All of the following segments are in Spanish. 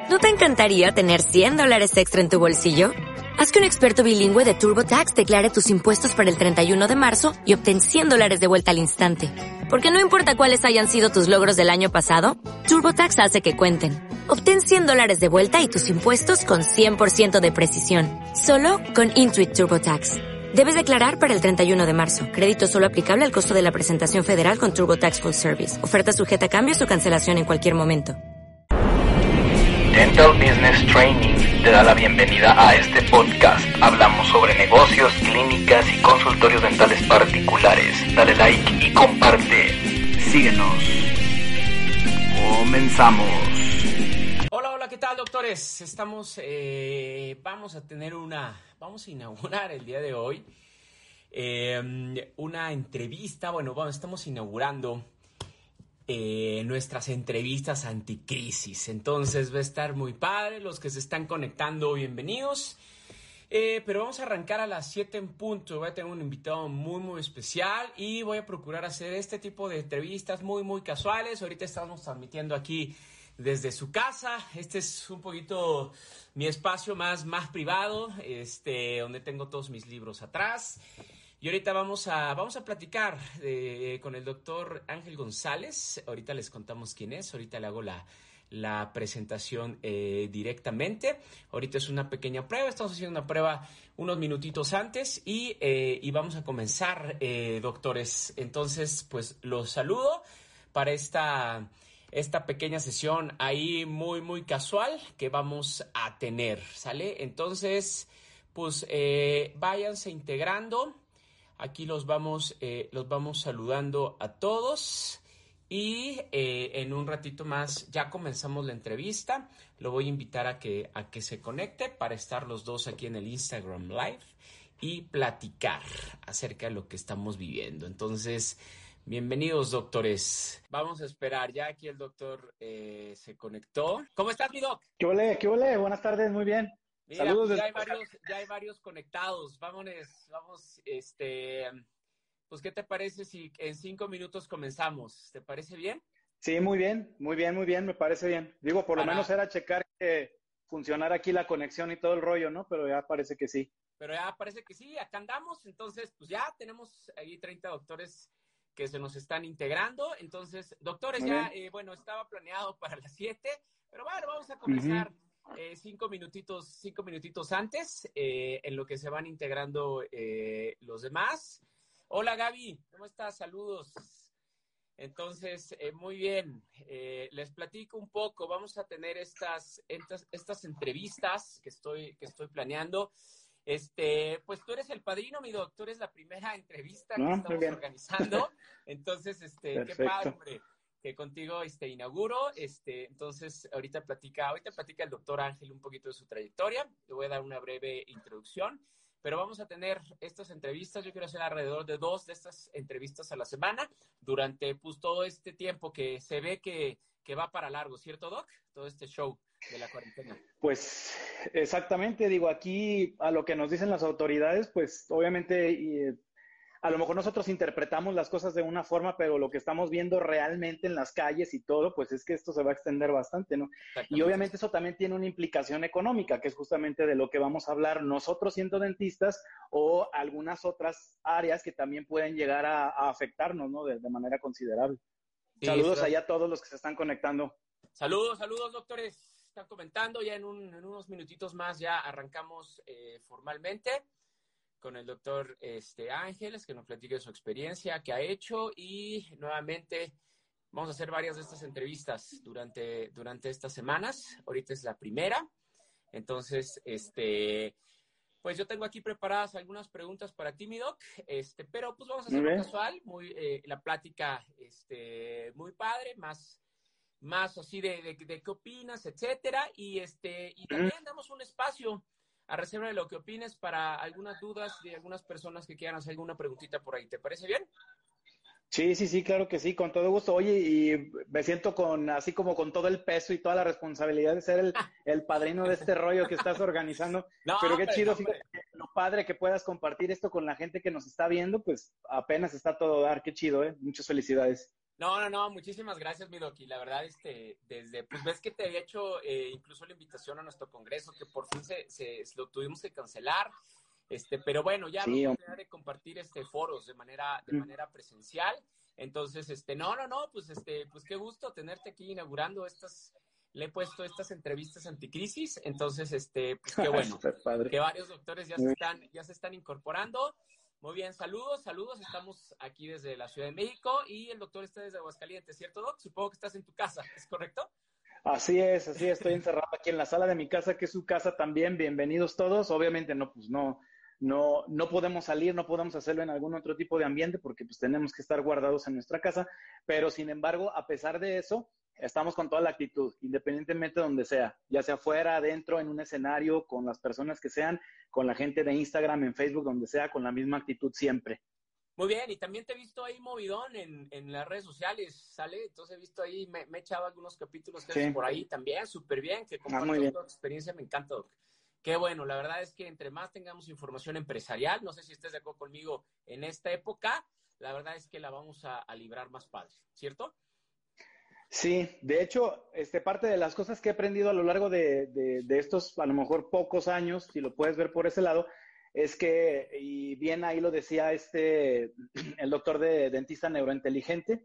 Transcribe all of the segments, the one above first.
¿No te encantaría tener $100 extra en tu bolsillo? Haz que un experto bilingüe de TurboTax declare tus impuestos para el 31 de marzo y obtén $100 de vuelta al instante. Porque no importa cuáles hayan sido tus logros del año pasado, TurboTax hace que cuenten. Obtén $100 de vuelta y tus impuestos con 100% de precisión. Solo con Intuit TurboTax. Debes declarar para el 31 de marzo. Crédito solo aplicable al costo de la presentación federal con TurboTax Full Service. Oferta sujeta a cambios o cancelación en cualquier momento. Dental Business Training te da la bienvenida a este podcast. Hablamos sobre negocios, clínicas y consultorios dentales particulares. Dale like y comparte. Síguenos. Comenzamos. Hola, ¿qué tal, doctores? Vamos a inaugurar el día de hoy una entrevista. Estamos inaugurando nuestras entrevistas anticrisis. Entonces va a estar muy padre. Los que se están conectando, bienvenidos. Pero vamos a arrancar a las 7 en punto. Voy a tener un invitado muy especial y voy a procurar hacer este tipo de entrevistas muy casuales. Ahorita estamos transmitiendo aquí desde su casa. Este es un poquito mi espacio más privado, donde tengo todos mis libros atrás. Y ahorita vamos a platicar con el doctor Ángel González. Ahorita les contamos quién es. Ahorita le hago la presentación directamente. Ahorita es una pequeña prueba. Estamos haciendo una prueba unos minutitos antes y vamos a comenzar, doctores. Entonces, pues los saludo para esta pequeña sesión ahí muy casual que vamos a tener, ¿sale? Entonces, pues váyanse integrando. Aquí los vamos saludando a todos y en un ratito más ya comenzamos la entrevista. Lo voy a invitar a que se conecte para estar los dos aquí en el Instagram Live y platicar acerca de lo que estamos viviendo. Entonces, bienvenidos, doctores. Vamos a esperar. Ya aquí el doctor se conectó. ¿Cómo estás, mi doc? ¿Qué ole? Buenas tardes, muy bien. Mira, saludos. Pues ya hay varios conectados. Vamos, pues, ¿qué te parece si en 5 minutos comenzamos? ¿Te parece bien? Sí, muy bien, me parece bien. Digo, por lo menos era checar que funcionara aquí la conexión y todo el rollo, ¿no? Pero ya parece que sí. Acá andamos. Entonces, pues ya tenemos ahí 30 doctores que se nos están integrando. Entonces, doctores, estaba planeado para las 7, pero bueno, vamos a comenzar 5 minutitos antes, en lo que se van integrando los demás. Hola, Gaby, ¿cómo estás? Saludos. Entonces, muy bien, les platico un poco. Vamos a tener estas entrevistas que estoy planeando. Pues tú eres el padrino, mi doctor, es la primera entrevista que estamos organizando. Entonces, qué padre, hombre, que contigo inauguro. Entonces, ahorita platica el doctor Ángel un poquito de su trayectoria. Le voy a dar una breve introducción, pero vamos a tener estas entrevistas. Yo quiero hacer alrededor de 2 de estas entrevistas a la semana durante pues todo este tiempo que se ve que va para largo, ¿cierto, Doc? Todo este show de la cuarentena. Pues exactamente, digo, aquí a lo que nos dicen las autoridades, pues obviamente a lo mejor nosotros interpretamos las cosas de una forma, pero lo que estamos viendo realmente en las calles y todo, pues es que esto se va a extender bastante, ¿no? Y obviamente eso también tiene una implicación económica, que es justamente de lo que vamos a hablar nosotros siendo dentistas o algunas otras áreas que también pueden llegar a afectarnos, ¿no? De manera considerable. Sí, saludos allá a todos los que se están conectando. Saludos, doctores. Están comentando, ya en unos minutitos más ya arrancamos formalmente con el doctor Ángeles, que nos platique su experiencia, que ha hecho, y nuevamente vamos a hacer varias de estas entrevistas durante estas semanas. Ahorita es la primera. Entonces, pues yo tengo aquí preparadas algunas preguntas para ti, mi doc, pero pues vamos a hacerlo casual, la plática muy padre, más así de qué opinas, etcétera, y también damos un espacio a reserva de lo que opines para algunas dudas de algunas personas que quieran hacer alguna preguntita por ahí. ¿Te parece bien? Sí, claro que sí, con todo gusto. Oye, y me siento así como con todo el peso y toda la responsabilidad de ser el padrino de este rollo que estás organizando. No, pero qué chido, fíjate, lo padre que puedas compartir esto con la gente que nos está viendo, pues apenas está todo dar, qué chido, muchas felicidades. No, muchísimas gracias, mi Doc. Y la verdad, pues ves que te había hecho incluso la invitación a nuestro congreso, que por fin lo tuvimos que cancelar. Pero bueno, ya Sí, vamos a tener de compartir foros de manera presencial. Entonces, no, pues qué gusto tenerte aquí inaugurando le he puesto estas entrevistas anticrisis. Entonces, pues qué bueno, que varios doctores ya se están incorporando. Muy bien, saludos. Estamos aquí desde la Ciudad de México y el doctor está desde Aguascalientes, ¿cierto, Doc? Supongo que estás en tu casa, ¿es correcto? Así es, estoy encerrado aquí en la sala de mi casa, que es su casa también. Bienvenidos todos. Obviamente no podemos salir, no podemos hacerlo en algún otro tipo de ambiente porque pues tenemos que estar guardados en nuestra casa, pero sin embargo, a pesar de eso, estamos con toda la actitud, independientemente de donde sea, ya sea fuera, adentro, en un escenario, con las personas que sean, con la gente de Instagram, en Facebook, donde sea, con la misma actitud siempre. Muy bien, y también te he visto ahí movidón en las redes sociales, ¿sale? Entonces he visto ahí, me he echado algunos capítulos que haces por ahí también, súper bien, que compartas tu experiencia, me encanta, Doc. Qué bueno, la verdad es que entre más tengamos información empresarial, no sé si estés de acuerdo conmigo en esta época, la verdad es que la vamos a librar más padre, ¿cierto? Sí, de hecho, parte de las cosas que he aprendido a lo largo de estos, a lo mejor pocos años, si lo puedes ver por ese lado, es que, y bien ahí lo decía el doctor de dentista neurointeligente,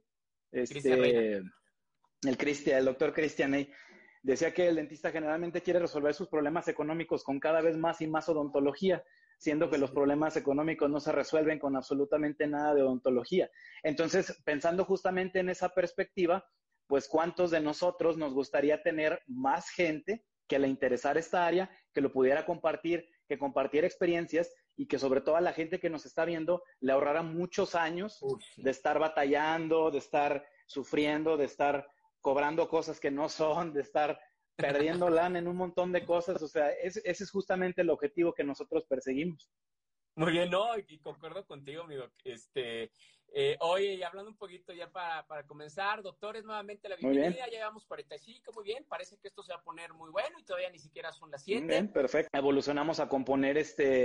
el doctor Christian Ney, decía que el dentista generalmente quiere resolver sus problemas económicos con cada vez más y más odontología, siendo que los problemas económicos no se resuelven con absolutamente nada de odontología. Entonces, pensando justamente en esa perspectiva, pues cuántos de nosotros nos gustaría tener más gente que le interesara esta área, que lo pudiera compartir, que compartiera experiencias y que sobre todo a la gente que nos está viendo le ahorrara muchos años de estar batallando, de estar sufriendo, de estar cobrando cosas que no son, de estar perdiendo lana en un montón de cosas. O sea, ese es justamente el objetivo que nosotros perseguimos. Muy bien, no, y concuerdo contigo, amigo. Oye, y hablando un poquito ya para comenzar, doctores, nuevamente la bienvenida, ya llevamos 45, muy bien, parece que esto se va a poner muy bueno y todavía ni siquiera son las 7. Bien, perfecto. Evolucionamos a componer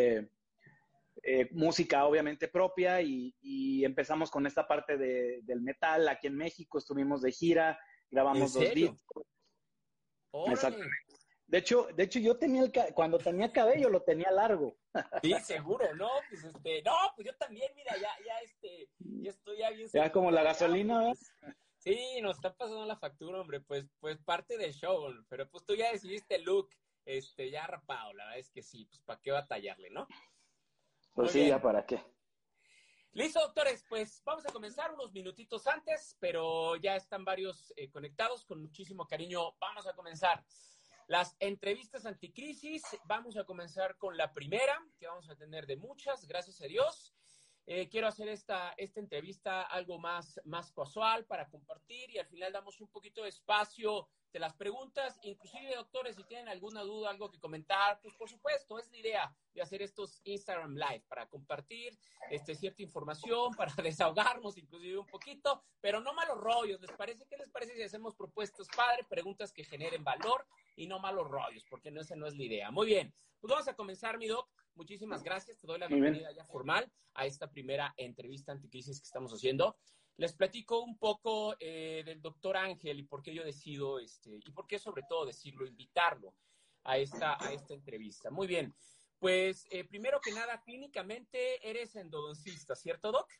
música obviamente propia y empezamos con esta parte del metal aquí en México, estuvimos de gira, grabamos 2 discos. Exactamente. De hecho yo cuando tenía cabello lo tenía largo. Sí, seguro, ¿no? Pues pues yo también, mira, ya estoy ya bien. Ya como la gasolina, ¿ves? Sí, nos está pasando la factura, hombre, pues parte del show, pero pues tú ya decidiste el look, ya rapado, la verdad es que sí, pues para qué batallarle, ¿no? Pues sí, ya para qué. Listo, doctores, pues vamos a comenzar unos minutitos antes, pero ya están varios conectados, con muchísimo cariño, vamos a comenzar. Las entrevistas anticrisis, vamos a comenzar con la primera, que vamos a tener de muchas, gracias a Dios. Quiero hacer esta entrevista algo más casual para compartir y al final damos un poquito de espacio de las preguntas. Inclusive, doctores, si tienen alguna duda, algo que comentar, pues por supuesto, es la idea de hacer estos Instagram Live para compartir cierta información, para desahogarnos inclusive un poquito, pero no malos rollos. ¿Qué les parece si hacemos propuestas padre, preguntas que generen valor y no malos rollos? Porque esa no es la idea. Muy bien, pues vamos a comenzar, mi doc. Muchísimas gracias, te doy la bienvenida ya formal a esta primera entrevista anticrisis que estamos haciendo. Les platico un poco del doctor Ángel y por qué yo decido, y por qué sobre todo decirlo, invitarlo a esta entrevista. Muy bien, pues primero que nada, clínicamente eres endodoncista, ¿cierto, Doc?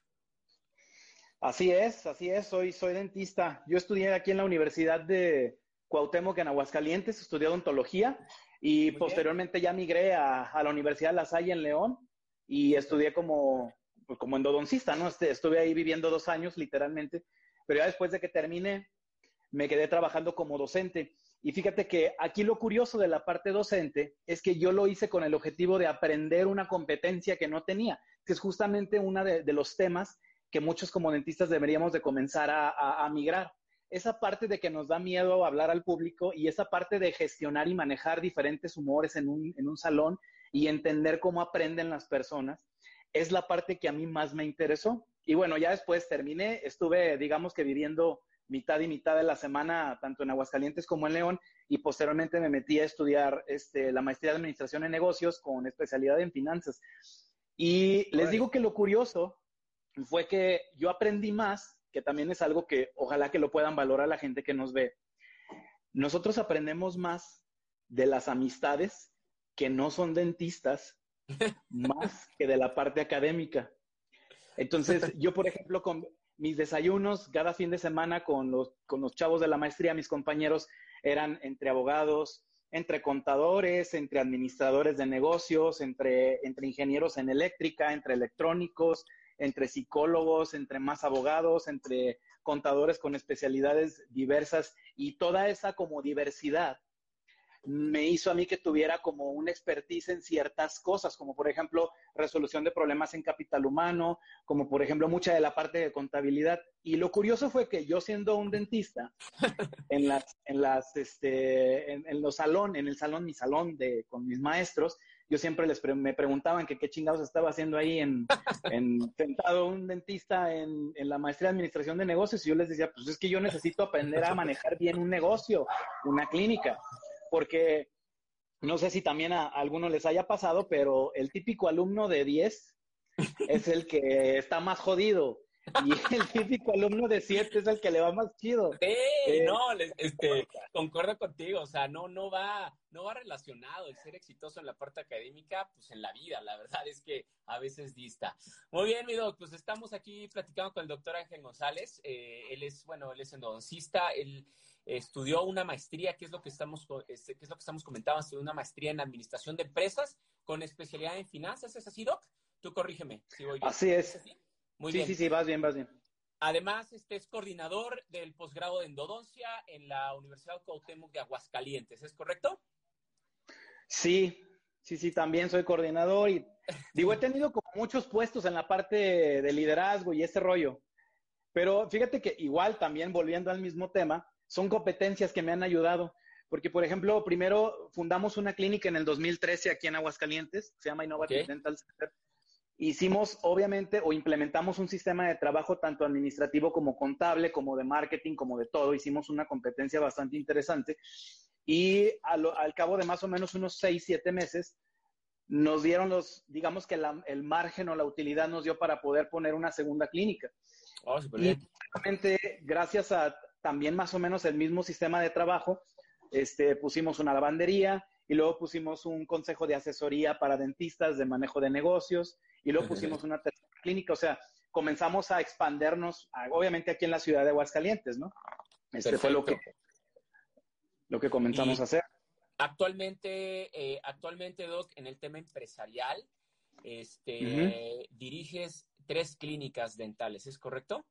Así es, soy dentista. Yo estudié aquí en la Universidad de Cuauhtémoc en Aguascalientes, estudié odontología y posteriormente ya migré a la Universidad La Salle en León y estudié como endodoncista, ¿no? Estuve ahí viviendo 2 años, literalmente, pero ya después de que terminé, me quedé trabajando como docente. Y fíjate que aquí lo curioso de la parte docente es que yo lo hice con el objetivo de aprender una competencia que no tenía, que es justamente uno de los temas que muchos como dentistas deberíamos de comenzar a migrar. Esa parte de que nos da miedo hablar al público y esa parte de gestionar y manejar diferentes humores en un salón y entender cómo aprenden las personas, es la parte que a mí más me interesó. Y bueno, ya después terminé, estuve, digamos que viviendo mitad y mitad de la semana, tanto en Aguascalientes como en León, y posteriormente me metí a estudiar la maestría de Administración en Negocios con especialidad en finanzas. Y les digo que lo curioso fue que yo aprendí más que también es algo que ojalá que lo puedan valorar la gente que nos ve. Nosotros aprendemos más de las amistades que no son dentistas, más que de la parte académica. Entonces, yo, por ejemplo, con mis desayunos cada fin de semana con los chavos de la maestría, mis compañeros eran entre abogados, entre contadores, entre administradores de negocios, entre ingenieros en eléctrica, entre electrónicos, entre psicólogos, entre más abogados, entre contadores con especialidades diversas, y toda esa como diversidad me hizo a mí que tuviera como una expertise en ciertas cosas, como por ejemplo resolución de problemas en capital humano, como por ejemplo mucha de la parte de contabilidad. Y lo curioso fue que yo, siendo un dentista, en el salón, mi salón con mis maestros, yo siempre me preguntaban que qué chingados estaba haciendo ahí sentado un dentista en la maestría de administración de negocios, y yo les decía, pues es que yo necesito aprender a manejar bien un negocio, una clínica, porque no sé si también a algunos les haya pasado, pero el típico alumno de 10 es el que está más jodido, y el típico alumno de 7 es el que le va más chido. Sí, no, concuerdo contigo, o sea, no va relacionado el ser exitoso en la parte académica, pues en la vida, la verdad es que a veces dista. Muy bien, mi doc, pues estamos aquí platicando con el doctor Ángel González. Él es endodoncista. Él estudió una maestría, que es lo que estamos comentando, estudió una maestría en administración de empresas con especialidad en finanzas. ¿Es así, doc? Tú corrígeme si voy bien. Así es. ¿Es así? Muy sí, bien. Sí, vas bien. Además, es coordinador del posgrado de endodoncia en la Universidad Cuauhtémoc de Aguascalientes, ¿es correcto? Sí, también soy coordinador, y digo, he tenido como muchos puestos en la parte de liderazgo y ese rollo, pero fíjate que igual, también volviendo al mismo tema, son competencias que me han ayudado, porque por ejemplo, primero fundamos una clínica en el 2013 aquí en Aguascalientes, se llama Innovative Dental Center. Hicimos, obviamente, o implementamos un sistema de trabajo tanto administrativo como contable, como de marketing, como de todo. Hicimos una competencia bastante interesante, y al cabo de más o menos unos 6, 7 meses, nos dieron digamos que el margen o la utilidad nos dio para poder poner una segunda clínica. Oh, súper y bien. obviamente, gracias a también más o menos el mismo sistema de trabajo, pusimos una lavandería, y luego pusimos un consejo de asesoría para dentistas de manejo de negocios, y luego pusimos una tercera clínica. O sea, comenzamos a expandernos, obviamente aquí en la ciudad de Aguascalientes, ¿no? Fue lo que comenzamos a hacer. Actualmente, Doc, en el tema empresarial, diriges 3 clínicas dentales, ¿es correcto?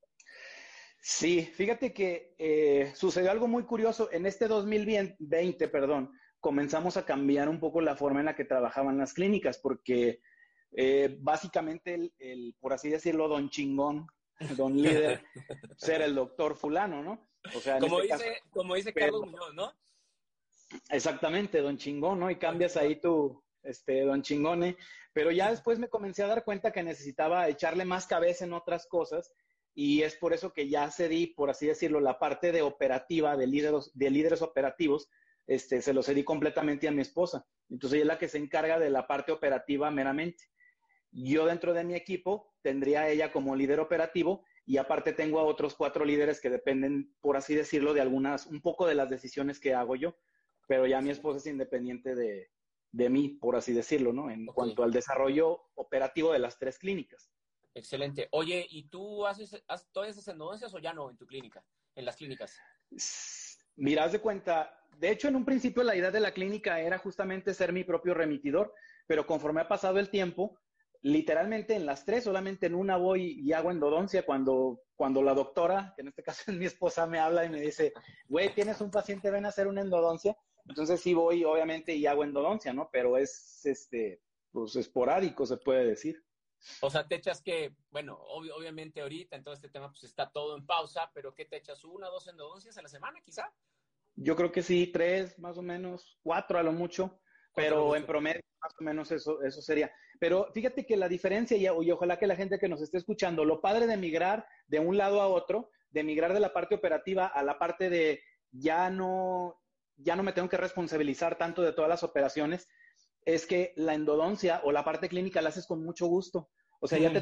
Sí, fíjate que sucedió algo muy curioso. En este 2020, comenzamos a cambiar un poco la forma en la que trabajaban las clínicas, porque básicamente por así decirlo, don chingón, don líder, ser el doctor fulano, ¿no? O sea, como dice Carlos Muñoz, ¿no? Exactamente, don chingón, ¿no? Y cambias ahí tu, don chingone. Pero ya después me comencé a dar cuenta que necesitaba echarle más cabeza en otras cosas, y es por eso que ya cedí, por así decirlo, la parte de operativa, de líderes operativos, se lo cedí completamente a mi esposa. Entonces ella es la que se encarga de la parte operativa meramente. Yo, dentro de mi equipo, tendría a ella como líder operativo, y aparte tengo a otros 4 líderes que dependen, por así decirlo, un poco de las decisiones que hago yo, pero ya mi esposa es independiente de mí, por así decirlo, ¿no? En cuanto al desarrollo operativo de las 3 clínicas. Excelente. Oye, ¿y tú todavía haces endodoncias o ya no en tu clínica, en las clínicas? Mira, haz de cuenta, de hecho, en un principio la idea de la clínica era justamente ser mi propio remitidor, pero conforme ha pasado el tiempo, literalmente en las 3, solamente en una voy y hago endodoncia cuando la doctora, que en este caso es mi esposa, me habla y me dice, güey, ¿tienes un paciente? Ven a hacer una endodoncia. Entonces sí voy, obviamente, y hago endodoncia, ¿no? Pero es, pues esporádico, se puede decir. O sea, te echas que, bueno, obviamente ahorita en todo este tema pues está todo en pausa, pero ¿qué te echas? 1 o 2 endodoncias a la semana, quizá? Yo creo que sí, 3 más o menos, 4 a lo mucho, pero en promedio más o menos eso sería. Pero fíjate que la diferencia, y ojalá que la gente que nos esté escuchando, lo padre de migrar de un lado a otro, de migrar de la parte operativa a la parte de ya no me tengo que responsabilizar tanto de todas las operaciones, es que la endodoncia o la parte clínica la haces con mucho gusto. O sea, ya te tomas tu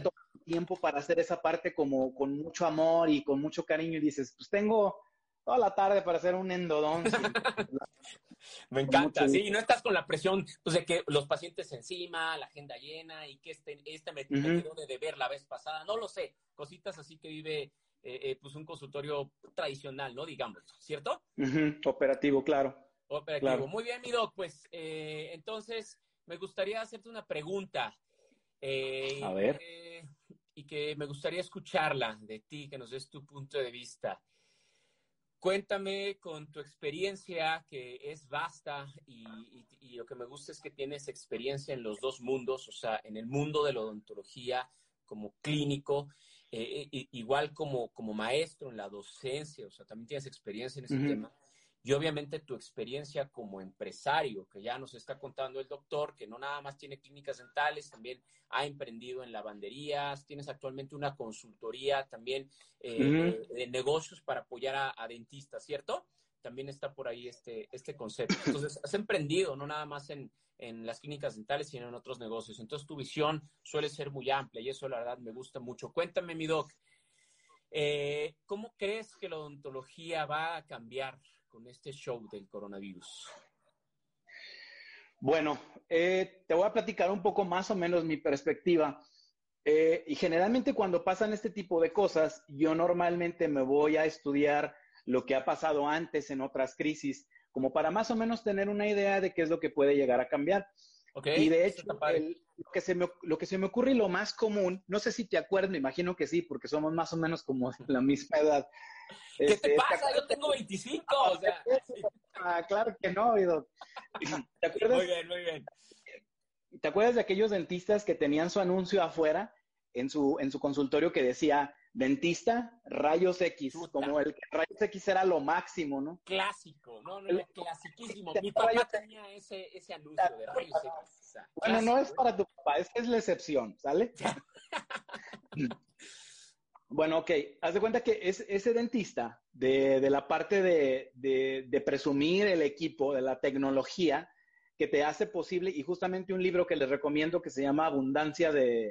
tiempo para hacer esa parte como con mucho amor y con mucho cariño y dices, pues tengo toda la tarde para hacer un endodoncia. Me encanta, sí, y no estás con la presión pues, de que los pacientes encima, la agenda llena y que me quedó de deber la vez pasada, no lo sé, cositas así que vive pues un consultorio tradicional, ¿no? Digamos, ¿cierto? Operativo, claro. Operativo. Claro. Muy bien, mi doc, pues entonces me gustaría hacerte una pregunta A ver. y que me gustaría escucharla de ti, que nos des tu punto de vista. Cuéntame con tu experiencia, que es vasta, y lo que me gusta es que tienes experiencia en los dos mundos, o sea, en el mundo de la odontología como clínico, igual como maestro en la docencia, o sea, también tienes experiencia en ese tema. Y obviamente tu experiencia como empresario, que ya nos está contando el doctor, que no nada más tiene clínicas dentales, también ha emprendido en lavanderías, tienes actualmente una consultoría también de negocios para apoyar a dentistas, ¿cierto? También está por ahí este concepto. Entonces, has emprendido, no nada más en las clínicas dentales, sino en otros negocios. Entonces, tu visión suele ser muy amplia y eso, la verdad, me gusta mucho. Cuéntame, mi doc, ¿cómo crees que la odontología va a cambiar con este show del coronavirus? Bueno, te voy a platicar un poco más o menos mi perspectiva. Y generalmente cuando pasan este tipo de cosas, yo normalmente me voy a estudiar lo que ha pasado antes en otras crisis, como para más o menos tener una idea de qué es lo que puede llegar a cambiar. Okay, y de hecho, lo que se me ocurre y lo más común, no sé si te acuerdas, me imagino que sí, porque somos más o menos como de la misma edad. ¿Qué te pasa? Yo tengo 25, o sea. Claro que no, Ido. ¿Te acuerdas? Muy bien, muy bien. ¿Te acuerdas de aquellos dentistas que tenían su anuncio afuera en su consultorio que decía dentista, rayos X, como el que rayos X era lo máximo, ¿no? Clásico, no, clasiquísimo. Mi papá tenía ese anuncio de rayos X. O sea, bueno, no es para tu papá, es que es la excepción, ¿sale? Bueno, ok, haz de cuenta que ese dentista de la parte de presumir el equipo, de la tecnología, que te hace posible, y justamente un libro que les recomiendo que se llama Abundancia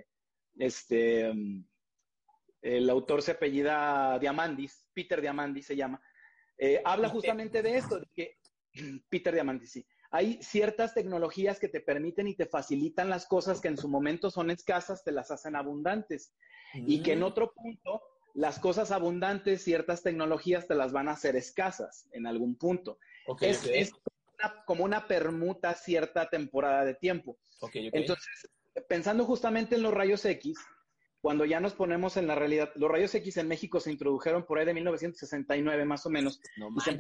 el autor se apellida Diamandis, Peter Diamandis se llama, habla justamente de esto, de que Peter Diamandis, sí. Hay ciertas tecnologías que te permiten y te facilitan las cosas que en su momento son escasas, te las hacen abundantes. Y que en otro punto, las cosas abundantes, ciertas tecnologías te las van a hacer escasas en algún punto. Es como una permuta cierta temporada de tiempo. Entonces, pensando justamente en los rayos X, cuando ya nos ponemos en la realidad, los rayos X en México se introdujeron por ahí de 1969 más o menos, y se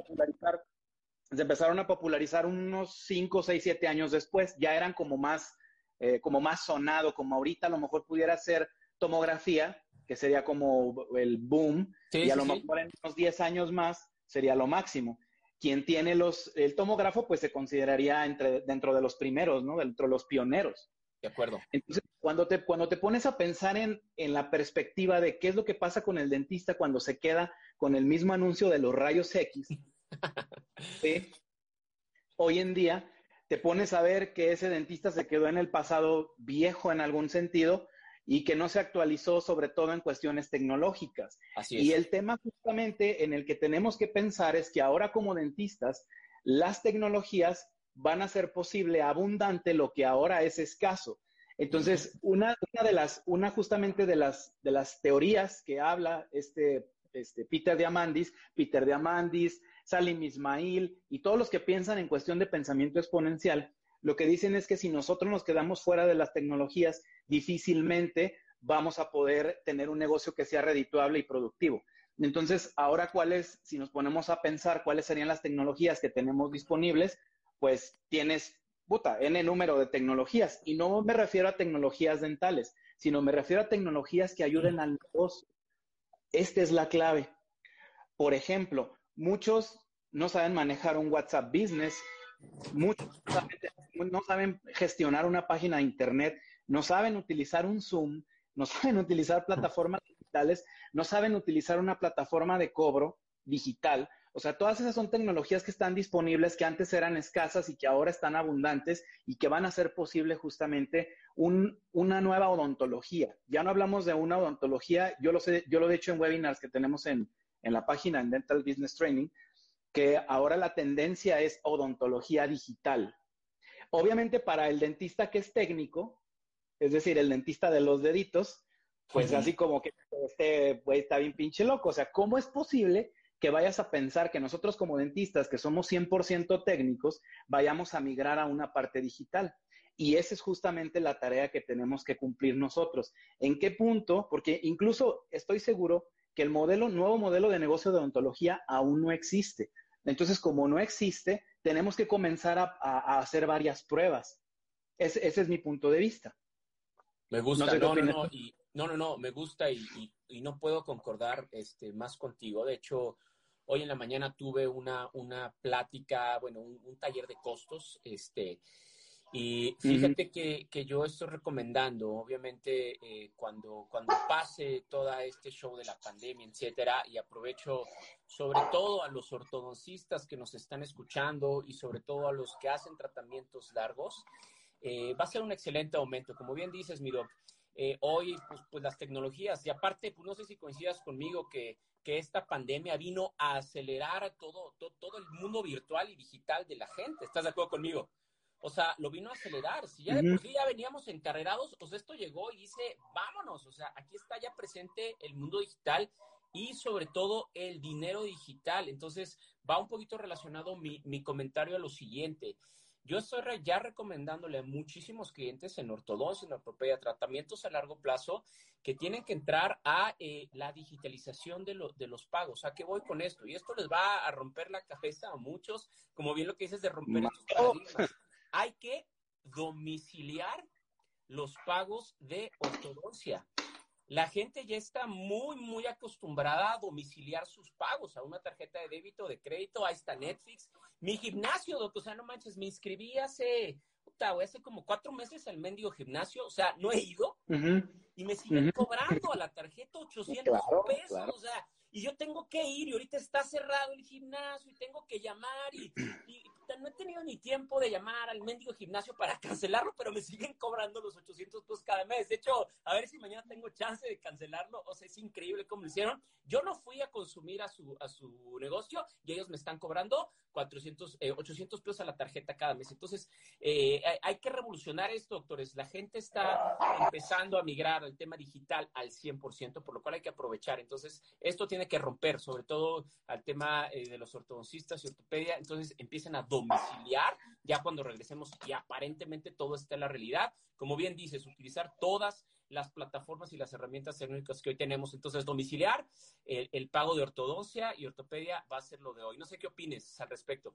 empezaron a popularizar unos 5, 6, 7 años después. Ya eran como más sonado, como ahorita a lo mejor pudiera ser tomografía, que sería como el boom, y a lo mejor en unos 10 años más sería lo máximo. Quien tiene el tomógrafo, pues se consideraría dentro de los primeros, ¿no? Dentro de los pioneros. De acuerdo. Entonces, cuando te pones a pensar en la perspectiva de qué es lo que pasa con el dentista cuando se queda con el mismo anuncio de los rayos X, ¿sí? Hoy en día te pones a ver que ese dentista se quedó en el pasado viejo en algún sentido y que no se actualizó, sobre todo en cuestiones tecnológicas. Así es. Y el tema justamente en el que tenemos que pensar es que ahora como dentistas, las tecnologías van a hacer posible abundante lo que ahora es escaso. Entonces, una justamente de las teorías que habla Peter Diamandis, Salim Ismail y todos los que piensan en cuestión de pensamiento exponencial, lo que dicen es que si nosotros nos quedamos fuera de las tecnologías, difícilmente vamos a poder tener un negocio que sea redituable y productivo. Entonces, ahora si nos ponemos a pensar cuáles serían las tecnologías que tenemos disponibles, pues tienes, N número de tecnologías. Y no me refiero a tecnologías dentales, sino me refiero a tecnologías que ayuden al negocio. Esta es la clave. Por ejemplo, muchos no saben manejar un WhatsApp Business, muchos no saben gestionar una página de internet, no saben utilizar un Zoom, no saben utilizar plataformas digitales, no saben utilizar una plataforma de cobro digital, O sea, todas esas son tecnologías que están disponibles, que antes eran escasas y que ahora están abundantes y que van a hacer posible justamente una nueva odontología. Ya no hablamos de una odontología, yo lo he hecho en webinars que tenemos en la página, en Dental Business Training, que ahora la tendencia es odontología digital. Obviamente para el dentista que es técnico, es decir, el dentista de los deditos, pues así como que este güey está bien pinche loco. O sea, ¿cómo es posible que vayas a pensar que nosotros como dentistas, que somos 100% técnicos, vayamos a migrar a una parte digital? Y esa es justamente la tarea que tenemos que cumplir nosotros. ¿En qué punto? Porque incluso estoy seguro que el nuevo modelo de negocio de odontología aún no existe. Entonces, como no existe, tenemos que comenzar a hacer varias pruebas. Ese es mi punto de vista. Me gusta, no sé qué opinas tú. me gusta y no puedo concordar más contigo. De hecho, hoy en la mañana tuve una plática, bueno, un taller de costos, y fíjate que yo estoy recomendando, obviamente, cuando pase todo este show de la pandemia, etcétera, y aprovecho sobre todo a los ortodoncistas que nos están escuchando y sobre todo a los que hacen tratamientos largos, va a ser un excelente aumento. Como bien dices, mi doc, hoy pues las tecnologías, y aparte, pues no sé si coincidas conmigo que esta pandemia vino a acelerar todo el mundo virtual y digital de la gente. ¿Estás de acuerdo conmigo? O sea, lo vino a acelerar. Si ya de por sí ya veníamos encarrerados, pues esto llegó y dice, vámonos. O sea, aquí está ya presente el mundo digital y sobre todo el dinero digital. Entonces, va un poquito relacionado mi comentario a lo siguiente. Yo estoy ya recomendándole a muchísimos clientes en ortodoncia, en ortopedia, tratamientos a largo plazo, que tienen que entrar a la digitalización de los pagos. ¿A qué voy con esto? Y esto les va a romper la cabeza a muchos, como bien lo que dices de romper estos paradigmas. Hay que domiciliar los pagos de ortodoncia. La gente ya está muy, muy acostumbrada a domiciliar sus pagos a una tarjeta de débito o de crédito. Ahí está Netflix. Mi gimnasio, doctor, o sea, no manches, me inscribí hace como 4 meses al mendigo gimnasio. O sea, no he ido y me siguen cobrando a la tarjeta 800 pesos. Claro. O sea, y yo tengo que ir y ahorita está cerrado el gimnasio y tengo que llamar y no he tenido ni tiempo de llamar al mendigo gimnasio para cancelarlo, pero me siguen cobrando los 800 pesos cada mes. De hecho, a ver si mañana tengo chance de cancelarlo. O sea, es increíble cómo lo hicieron. Yo no fui a consumir a su negocio y ellos me están cobrando 800 pesos a la tarjeta cada mes. Entonces, hay que revolucionar esto, doctores. La gente está empezando a migrar al tema digital al 100%, por lo cual hay que aprovechar. Entonces, esto tiene que romper, sobre todo al tema de los ortodoncistas y ortopedia. Entonces, empiecen a domiciliar ya cuando regresemos y aparentemente todo está en la realidad. Como bien dices, utilizar todas las plataformas y las herramientas tecnológicas que hoy tenemos. Entonces, domiciliar el pago de ortodoncia y ortopedia va a ser lo de hoy. No sé qué opines al respecto.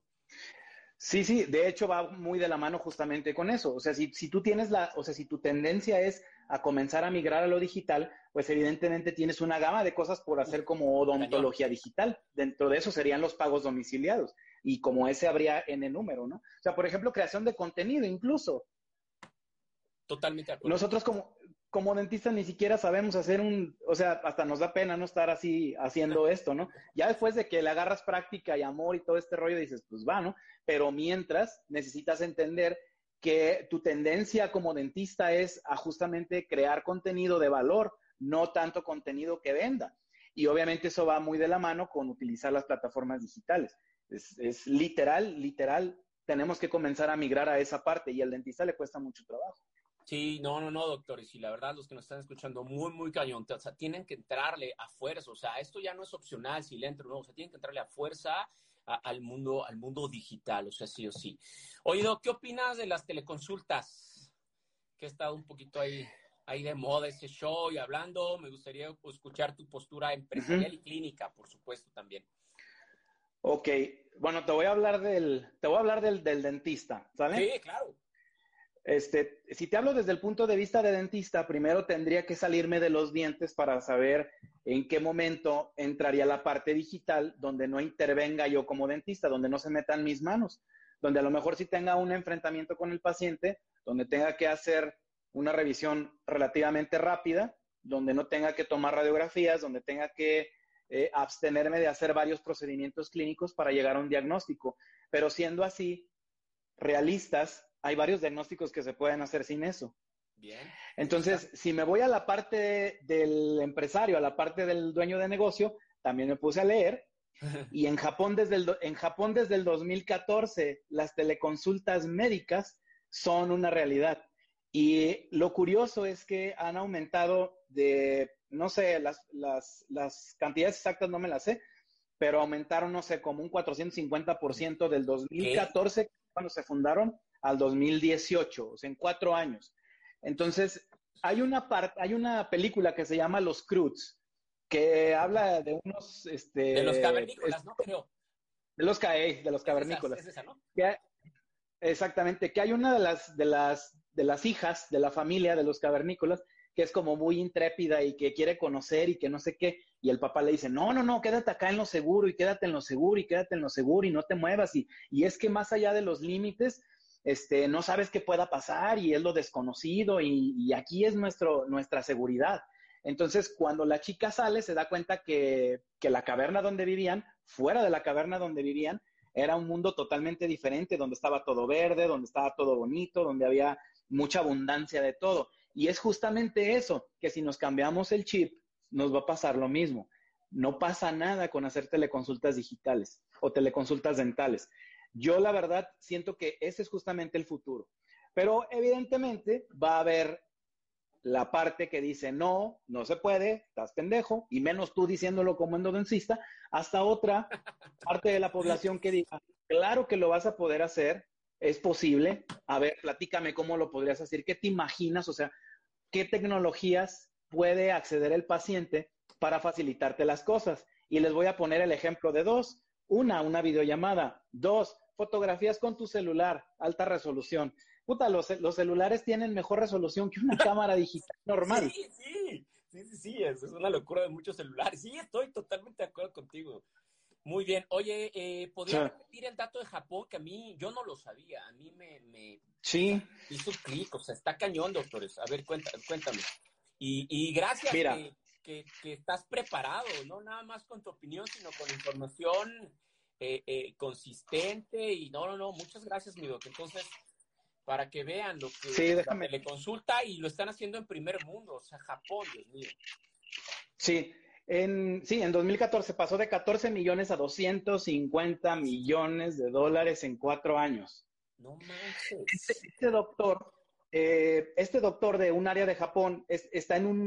Sí, de hecho va muy de la mano justamente con eso. O sea, si tú tienes si tu tendencia es a comenzar a migrar a lo digital, pues evidentemente tienes una gama de cosas por hacer como odontología digital. Dentro de eso serían los pagos domiciliados. Y como ese habría en el número, ¿no? O sea, por ejemplo, creación de contenido incluso. Totalmente de acuerdo. Nosotros como dentistas ni siquiera sabemos hacer o sea, hasta nos da pena no estar así haciendo esto, ¿no? Ya después de que le agarras práctica y amor y todo este rollo, dices, pues va, ¿no? Pero mientras necesitas entender que tu tendencia como dentista es a justamente crear contenido de valor, no tanto contenido que venda. Y obviamente eso va muy de la mano con utilizar las plataformas digitales. Es literal, tenemos que comenzar a migrar a esa parte y al dentista le cuesta mucho trabajo. Sí, no, doctores, y la verdad, los que nos están escuchando, muy, muy cañón, o sea, tienen que entrarle a fuerza, o sea, esto ya no es opcional si le entro, no, o sea, tienen que entrarle a fuerza al mundo digital, o sea, sí o sí. Oye, Doc, ¿qué opinas de las teleconsultas? Que ha estado un poquito ahí de moda ese show y hablando, me gustaría escuchar tu postura empresarial y clínica, por supuesto, también. Ok, bueno, te voy a hablar del dentista, ¿sale? Sí, claro. Si te hablo desde el punto de vista de dentista, primero tendría que salirme de los dientes para saber en qué momento entraría la parte digital donde no intervenga yo como dentista, donde no se metan mis manos, donde a lo mejor sí tenga un enfrentamiento con el paciente, donde tenga que hacer una revisión relativamente rápida, donde no tenga que tomar radiografías, donde tenga que abstenerme de hacer varios procedimientos clínicos para llegar a un diagnóstico. Pero siendo así, realistas, hay varios diagnósticos que se pueden hacer sin eso. Bien. Entonces, si me voy a la parte del empresario, a la parte del dueño de negocio, también me puse a leer. Y en Japón desde el 2014, las teleconsultas médicas son una realidad. Y lo curioso es que han aumentado de, no sé, las cantidades exactas no me las sé, pero aumentaron, no sé, como un 450% del 2014, cuando se fundaron, al 2018, o sea, en 4 años. Entonces, hay una película que se llama Los Croods, que habla de unos, de los cavernícolas, ¿no? Creo. De los cavernícolas. Es esa, ¿no? Exactamente, que hay una de las hijas de la familia de los cavernícolas que es como muy intrépida y que quiere conocer y que no sé qué, y el papá le dice, no, quédate acá en lo seguro y quédate en lo seguro y quédate en lo seguro y no te muevas, y es que más allá de los límites, no sabes qué pueda pasar y es lo desconocido y aquí es nuestra seguridad. Entonces, cuando la chica sale, se da cuenta que la caverna donde vivían, fuera de la caverna donde vivían, era un mundo totalmente diferente, donde estaba todo verde, donde estaba todo bonito, donde había mucha abundancia de todo. Y es justamente eso, que si nos cambiamos el chip, nos va a pasar lo mismo. No pasa nada con hacer teleconsultas digitales o teleconsultas dentales. Yo, la verdad, siento que ese es justamente el futuro. Pero evidentemente va a haber la parte que dice, no se puede, estás pendejo, y menos tú diciéndolo como endodoncista, hasta otra parte de la población que diga, claro que lo vas a poder hacer, es posible, a ver, platícame cómo lo podrías hacer, qué te imaginas, o sea, qué tecnologías puede acceder el paciente para facilitarte las cosas. Y les voy a poner el ejemplo de dos. Una videollamada. 2, fotografías con tu celular, alta resolución. Puta, los celulares tienen mejor resolución que una cámara digital normal. Sí, es una locura de muchos celulares. Sí, estoy totalmente de acuerdo contigo. Muy bien. Oye, ¿podría repetir el dato de Japón? Que a mí, yo no lo sabía. A mí me hizo clic. O sea, está cañón, doctores. A ver, cuéntame. Y gracias. Mira, que estás preparado, no nada más con tu opinión, sino con información consistente. Y no, muchas gracias, mi doc. Entonces, para que vean lo que la teleconsulta, y lo están haciendo en primer mundo, o sea, Japón, Dios mío. Sí, en 2014 pasó de 14 millones a 250 millones de dólares en 4 años. No manches. Este doctor de un área de Japón está en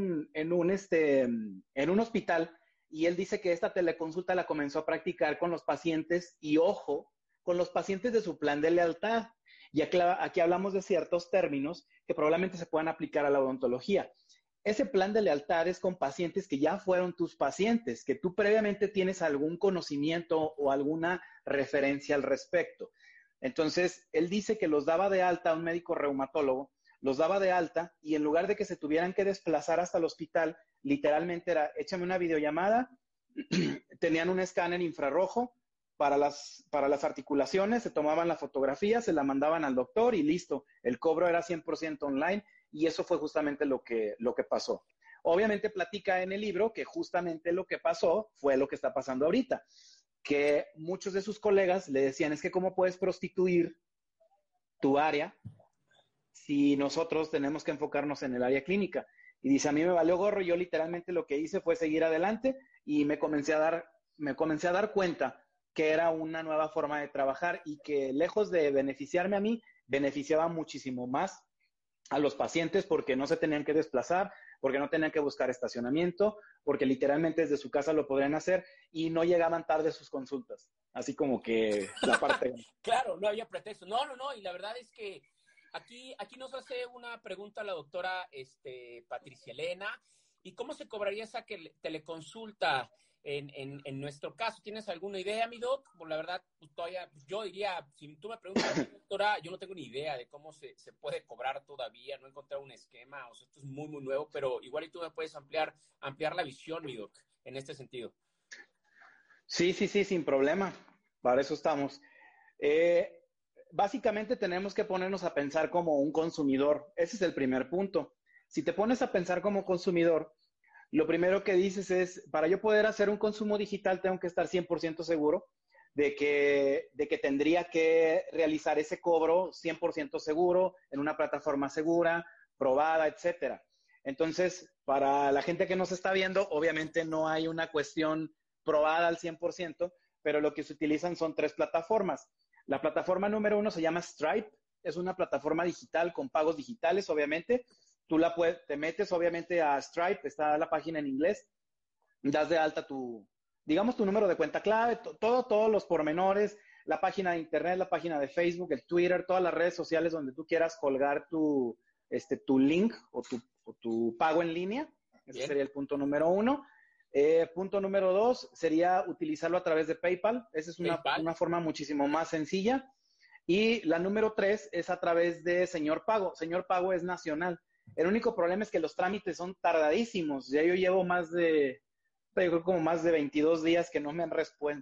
un hospital, y él dice que esta teleconsulta la comenzó a practicar con los pacientes, y ojo, con los pacientes de su plan de lealtad. Y aquí hablamos de ciertos términos que probablemente se puedan aplicar a la odontología. Ese plan de lealtad es con pacientes que ya fueron tus pacientes, que tú previamente tienes algún conocimiento o alguna referencia al respecto. Entonces, él dice que los daba de alta a un médico reumatólogo, los daba de alta, y en lugar de que se tuvieran que desplazar hasta el hospital, literalmente era, échame una videollamada, tenían un escáner infrarrojo para las articulaciones, se tomaban la fotografía, se la mandaban al doctor y listo, el cobro era 100% online, y eso fue justamente lo que pasó. Obviamente platica en el libro que justamente lo que pasó fue lo que está pasando ahorita, que muchos de sus colegas le decían, es que ¿cómo puedes prostituir tu área si nosotros tenemos que enfocarnos en el área clínica? Y dice, a mí me valió gorro, yo literalmente lo que hice fue seguir adelante, y me comencé a dar cuenta que era una nueva forma de trabajar, y que lejos de beneficiarme a mí, beneficiaba muchísimo más a los pacientes, porque no se tenían que desplazar, porque no tenían que buscar estacionamiento, porque literalmente desde su casa lo podrían hacer, y no llegaban tarde sus consultas. Así como que la parte... Claro, no había pretexto. No, y la verdad es que aquí nos hace una pregunta la doctora Patricia Elena. ¿Y cómo se cobraría esa teleconsulta en nuestro caso? ¿Tienes alguna idea, mi doc? Pues la verdad, pues todavía, yo diría, si tú me preguntas, doctora, yo no tengo ni idea de cómo se puede cobrar todavía, no he encontrado un esquema, o sea, esto es muy, muy nuevo, pero igual y tú me puedes ampliar la visión, mi doc, en este sentido. Sí, sin problema, para eso estamos. Básicamente tenemos que ponernos a pensar como un consumidor, ese es el primer punto. Si te pones a pensar como consumidor, lo primero que dices es, para yo poder hacer un consumo digital tengo que estar 100% seguro de que tendría que realizar ese cobro 100% seguro, en una plataforma segura, probada, etcétera. Entonces, para la gente que nos está viendo, obviamente no hay una cuestión probada al 100%, pero lo que se utilizan son 3 plataformas. La plataforma número 1 se llama Stripe, es una plataforma digital con pagos digitales, obviamente. Tú te metes obviamente a Stripe, está la página en inglés, das de alta digamos tu número de cuenta clave, todos los pormenores, la página de internet, la página de Facebook, el Twitter, todas las redes sociales donde tú quieras colgar tu link o tu pago en línea. Ese sería el punto número 1. Punto número 2 sería utilizarlo a través de PayPal. Esa es una forma muchísimo más sencilla. Y la número 3 es a través de Señor Pago. Señor Pago es nacional. El único problema es que los trámites son tardadísimos. Ya yo llevo como más de 22 días que no me han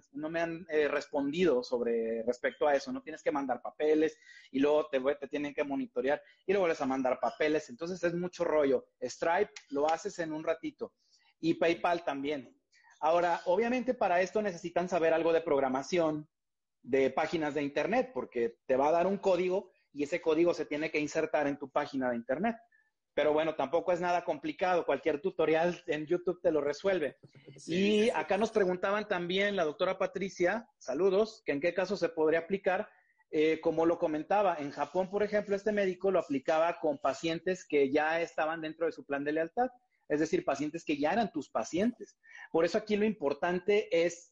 respondido respecto a eso. No tienes que mandar papeles y luego te tienen que monitorear y luego vuelves a mandar papeles. Entonces es mucho rollo. Stripe lo haces en un ratito y PayPal también. Ahora, obviamente para esto necesitan saber algo de programación de páginas de internet, porque te va a dar un código y ese código se tiene que insertar en tu página de internet. Pero bueno, tampoco es nada complicado. Cualquier tutorial en YouTube te lo resuelve. Sí, y acá nos preguntaban también la doctora Patricia, saludos, que en qué caso se podría aplicar. Como lo comentaba, en Japón, por ejemplo, este médico lo aplicaba con pacientes que ya estaban dentro de su plan de lealtad. Es decir, pacientes que ya eran tus pacientes. Por eso aquí lo importante es,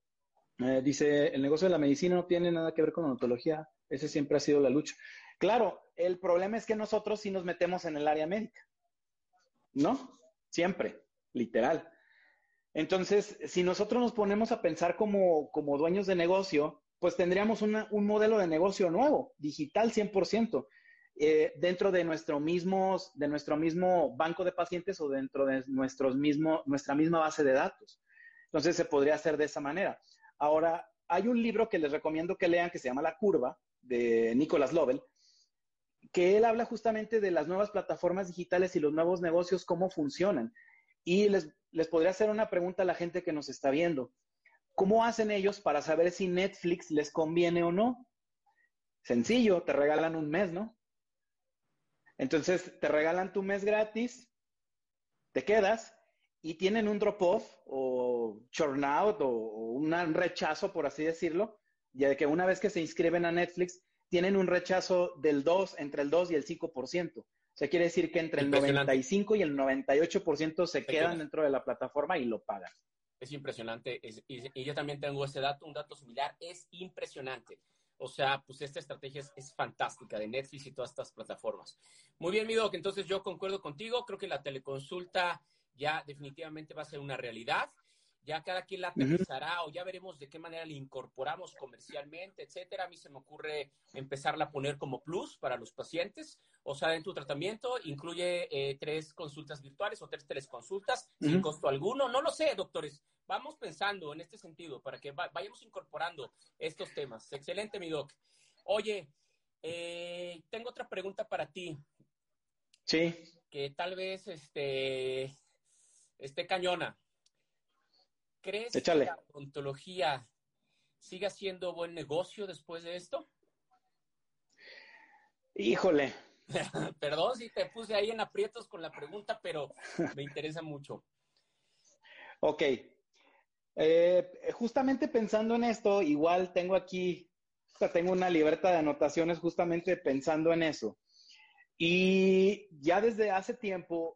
dice, el negocio de la medicina no tiene nada que ver con odontología. Ese siempre ha sido la lucha. Claro, el problema es que nosotros sí nos metemos en el área médica, ¿no? Siempre, literal. Entonces, si nosotros nos ponemos a pensar como dueños de negocio, pues tendríamos un modelo de negocio nuevo, digital 100%, dentro de nuestro mismo banco de pacientes o dentro de nuestra misma base de datos. Entonces, se podría hacer de esa manera. Ahora, hay un libro que les recomiendo que lean que se llama La Curva, de Nicholas Lovell, que él habla justamente de las nuevas plataformas digitales y los nuevos negocios, cómo funcionan. Y les podría hacer una pregunta a la gente que nos está viendo. ¿Cómo hacen ellos para saber si Netflix les conviene o no? Sencillo, te regalan un mes, ¿no? Entonces, te regalan tu mes gratis, te quedas y tienen un drop-off o churn out o un rechazo, por así decirlo, ya de que una vez que se inscriben a Netflix, tienen un rechazo entre el 2 y el 5%. O sea, quiere decir que entre el 95 y el 98% se quedan dentro de la plataforma y lo pagan. Es impresionante. Y yo también tengo ese dato, un dato similar. Es impresionante. O sea, pues esta estrategia es fantástica de Netflix y todas estas plataformas. Muy bien, mi Doc. Entonces yo concuerdo contigo. Creo que la teleconsulta ya definitivamente va a ser una realidad. Ya cada quien la aterrizará o ya veremos de qué manera la incorporamos comercialmente, etcétera. A mí se me ocurre empezarla a poner como plus para los pacientes. O sea, en tu tratamiento incluye 3 consultas virtuales o 3 teleconsultas sin costo alguno. No lo sé, doctores. Vamos pensando en este sentido para que vayamos incorporando estos temas. Excelente, mi doc. Oye, tengo otra pregunta para ti. Sí. Que tal vez esté cañona. ¿Crees que la odontología siga siendo buen negocio después de esto? Híjole. Perdón si te puse ahí en aprietos con la pregunta, pero me interesa mucho. Ok. Justamente pensando en esto, igual tengo una libreta de anotaciones justamente pensando en eso. Y ya desde hace tiempo,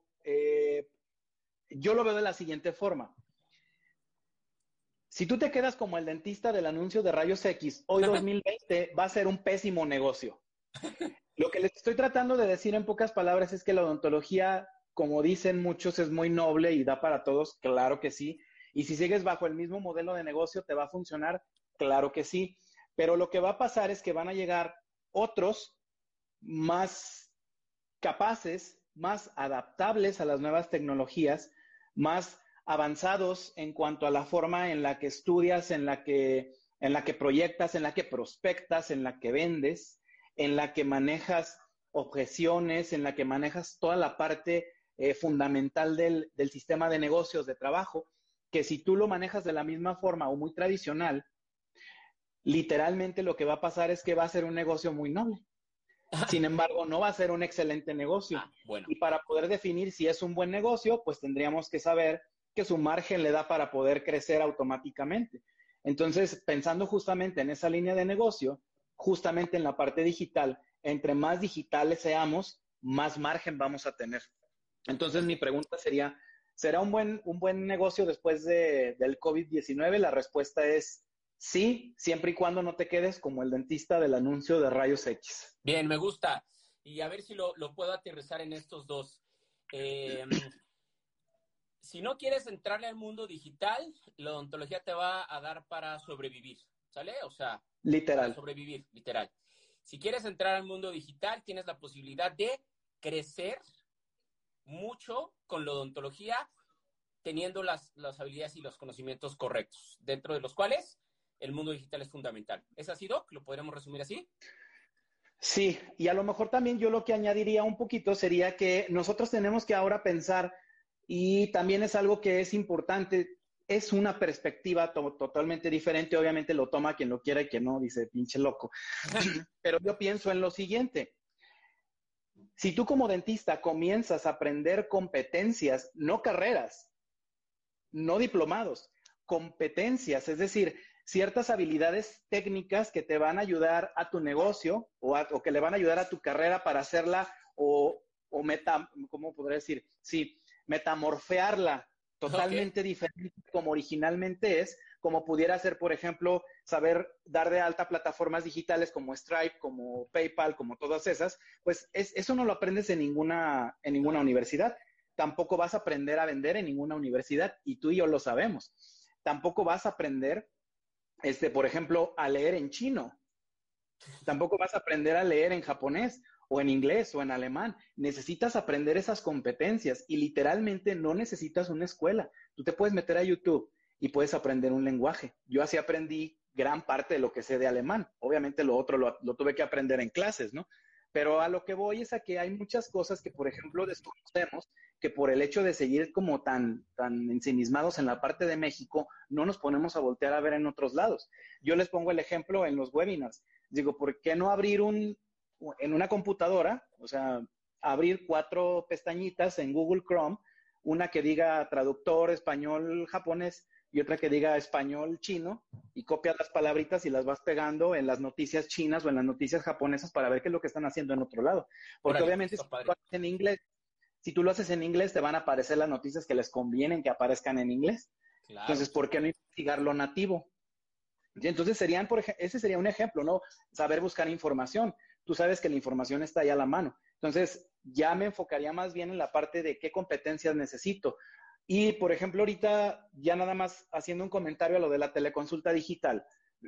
yo lo veo de la siguiente forma. Si tú te quedas como el dentista del anuncio de Rayos X, hoy 2020 va a ser un pésimo negocio. Lo que les estoy tratando de decir en pocas palabras es que la odontología, como dicen muchos, es muy noble y da para todos, claro que sí. Y si sigues bajo el mismo modelo de negocio, ¿te va a funcionar? Claro que sí. Pero lo que va a pasar es que van a llegar otros más capaces, más adaptables a las nuevas tecnologías, más avanzados en cuanto a la forma en la que estudias, en la que proyectas, en la que prospectas, en la que vendes, en la que manejas objeciones, en la que manejas toda la parte fundamental del sistema de negocios de trabajo, que si tú lo manejas de la misma forma o muy tradicional, literalmente lo que va a pasar es que va a ser un negocio muy noble. Sin embargo, no va a ser un excelente negocio. Bueno. Y para poder definir si es un buen negocio, pues tendríamos que saber que su margen le da para poder crecer automáticamente. Entonces, pensando justamente en esa línea de negocio, justamente en la parte digital, entre más digitales seamos, más margen vamos a tener. Entonces, mi pregunta sería, ¿será un buen negocio después del COVID-19? La respuesta es sí, siempre y cuando no te quedes como el dentista del anuncio de rayos X. Bien, me gusta. Y a ver si lo puedo aterrizar en estos dos. Si no quieres entrarle al mundo digital, la odontología te va a dar para sobrevivir, ¿sale? O sea, literal. Para sobrevivir, literal. Si quieres entrar al mundo digital, tienes la posibilidad de crecer mucho con la odontología, teniendo las habilidades y los conocimientos correctos, dentro de los cuales el mundo digital es fundamental. ¿Es así, Doc? ¿Lo podríamos resumir así? Sí, y a lo mejor también yo lo que añadiría un poquito sería que nosotros tenemos que ahora pensar, y también es algo que es importante, es una perspectiva totalmente diferente, obviamente lo toma quien lo quiera y quien no, dice pinche loco. Pero yo pienso en lo siguiente, si tú como dentista comienzas a aprender competencias, no carreras, no diplomados, competencias, es decir, ciertas habilidades técnicas que te van a ayudar a tu negocio o que le van a ayudar a tu carrera para hacerla ¿cómo podría decir? Sí, metamorfearla totalmente diferente como originalmente es, como pudiera ser, por ejemplo, saber dar de alta plataformas digitales como Stripe, como PayPal, como todas esas, pues eso no lo aprendes en ninguna universidad. Tampoco vas a aprender a vender en ninguna universidad, y tú y yo lo sabemos. Tampoco vas a aprender, por ejemplo, a leer en chino. Tampoco vas a aprender a leer en japonés o en inglés o en alemán. Necesitas aprender esas competencias y literalmente no necesitas una escuela. Tú te puedes meter a YouTube y puedes aprender un lenguaje. Yo así aprendí gran parte de lo que sé de alemán. Obviamente lo otro lo tuve que aprender en clases, ¿no? Pero a lo que voy es a que hay muchas cosas que, por ejemplo, desconocemos, que por el hecho de seguir como tan ensimismados en la parte de México, no nos ponemos a voltear a ver en otros lados. Yo les pongo el ejemplo en los webinars. Digo, ¿por qué no abrir en una computadora, o sea, abrir 4 pestañitas en Google Chrome, una que diga traductor español japonés y otra que diga español chino, y copias las palabritas y las vas pegando en las noticias chinas o en las noticias japonesas para ver qué es lo que están haciendo en otro lado? Porque obviamente si tú lo haces en inglés, te van a aparecer las noticias que les convienen que aparezcan en inglés. Claro. Entonces, ¿por qué no investigar lo nativo? Entonces ese sería un ejemplo, ¿no? Saber buscar información. Tú sabes que la información está ahí a la mano. Entonces, ya me enfocaría más bien en la parte de qué competencias necesito. Y, por ejemplo, ahorita, ya nada más haciendo un comentario a lo de la teleconsulta digital,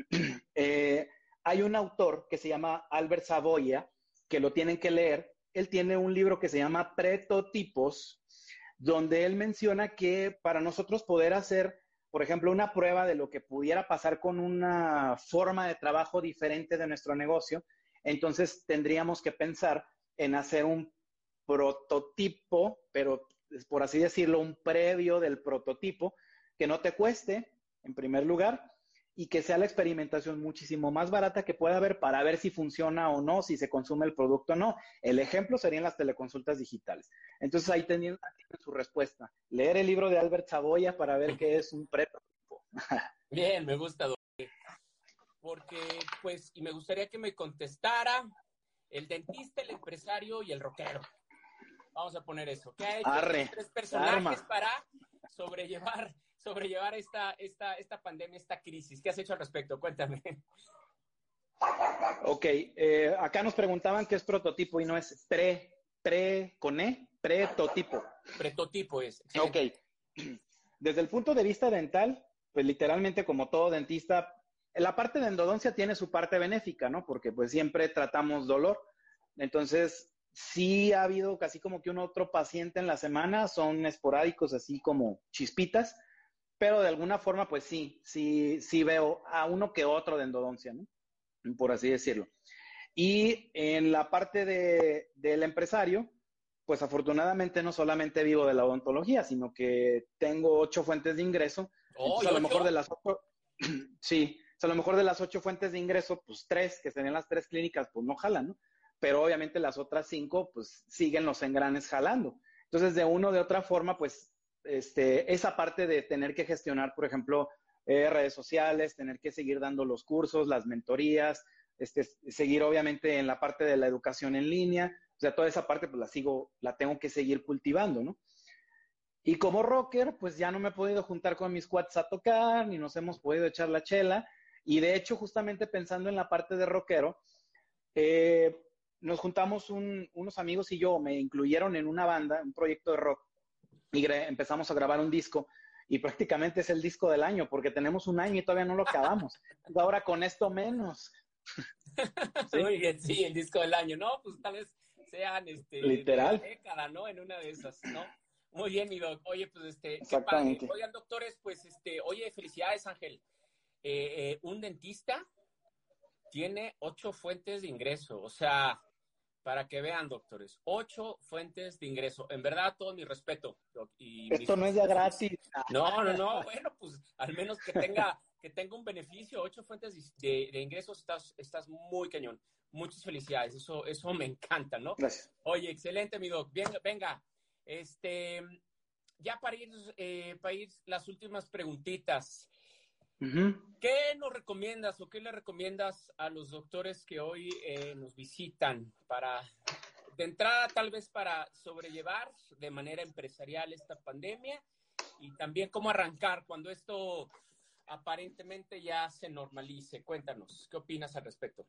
hay un autor que se llama Albert Savoia, que lo tienen que leer. Él tiene un libro que se llama Prototipos, donde él menciona que para nosotros poder hacer, por ejemplo, una prueba de lo que pudiera pasar con una forma de trabajo diferente de nuestro negocio, entonces tendríamos que pensar en hacer un prototipo, pero por así decirlo, un previo del prototipo, que no te cueste, en primer lugar, y que sea la experimentación muchísimo más barata que pueda haber para ver si funciona o no, si se consume el producto o no. El ejemplo serían las teleconsultas digitales. Entonces ahí tienen su respuesta. Leer el libro de Albert Savoia para ver qué es un prototipo. Bien, me gusta, porque, pues, y me gustaría que me contestara el dentista, el empresario y el rockero. Vamos a poner eso. ¿Qué ha hecho estos 3 personajes para sobrellevar esta pandemia, esta crisis? ¿Qué has hecho al respecto? Cuéntame. Ok, acá nos preguntaban qué es prototipo y no es pretotipo. Pretotipo es. Ok. Desde el punto de vista dental, pues literalmente como todo dentista, la parte de endodoncia tiene su parte benéfica, ¿no? Porque pues siempre tratamos dolor. Entonces, sí ha habido casi como que un otro paciente en la semana, son esporádicos, así como chispitas, pero de alguna forma, pues sí veo a uno que otro de endodoncia, ¿no? Por así decirlo. Y en la parte del empresario, pues afortunadamente no solamente vivo de la odontología, sino que tengo 8 fuentes de ingreso. Oh, Entonces, a lo ¿ocho? mejor de las 8, sí, o sea, a lo mejor de las 8 fuentes de ingreso, pues 3, que serían las 3 clínicas, pues no jalan, ¿no? Pero obviamente las otras 5, pues siguen los engranes jalando. Entonces, de una o de otra forma, pues, esa parte de tener que gestionar, por ejemplo, redes sociales, tener que seguir dando los cursos, las mentorías, seguir obviamente en la parte de la educación en línea, o sea, toda esa parte pues la tengo que seguir cultivando, ¿no? Y como rocker, pues ya no me he podido juntar con mis cuates a tocar, ni nos hemos podido echar la chela. Y de hecho, justamente pensando en la parte de rockero, eh, nos juntamos unos amigos y yo, me incluyeron en una banda, un proyecto de rock, y empezamos a grabar un disco. Y prácticamente es el disco del año, porque tenemos un año y todavía no lo acabamos. Y ahora con esto menos. ¿Sí? Muy bien, sí, el disco del año, ¿no? Pues tal vez sean de la Literal. década, ¿no? En una de esas, ¿no? Muy bien, mi doc. Oye, pues qué padre. Exactamente. Oigan, doctores, pues oye, felicidades, Ángel. Un dentista tiene 8 fuentes de ingreso. O sea, para que vean, doctores, 8 fuentes de ingreso. En verdad, todo mi respeto, doc, y Esto no es ya gratis. No, no, no. Bueno, pues al menos que tenga un beneficio, 8 fuentes de ingresos, estás muy cañón. Muchas felicidades. Eso me encanta, ¿no? Gracias. Oye, excelente, mi doc. Venga. Ya para ir las últimas preguntitas. Uh-huh. ¿Qué nos recomiendas o qué le recomiendas a los doctores que hoy nos visitan de entrada, tal vez para sobrellevar de manera empresarial esta pandemia y también cómo arrancar cuando esto aparentemente ya se normalice? Cuéntanos, ¿qué opinas al respecto?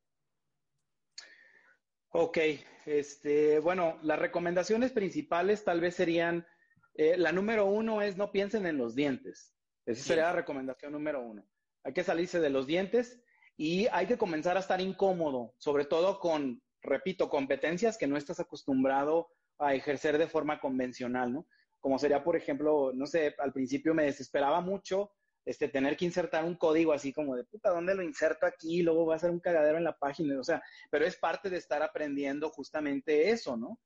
Ok, bueno, las recomendaciones principales tal vez serían, la número 1 es no piensen en los dientes. Esa sería Bien. la recomendación número 1. Hay que salirse de los dientes y hay que comenzar a estar incómodo, sobre todo con, repito, competencias que no estás acostumbrado a ejercer de forma convencional, ¿no? Como sería, por ejemplo, no sé, al principio me desesperaba mucho tener que insertar un código así como de, puta, ¿dónde lo inserto aquí? Luego va a ser un cagadero en la página, o sea, pero es parte de estar aprendiendo justamente eso, ¿no?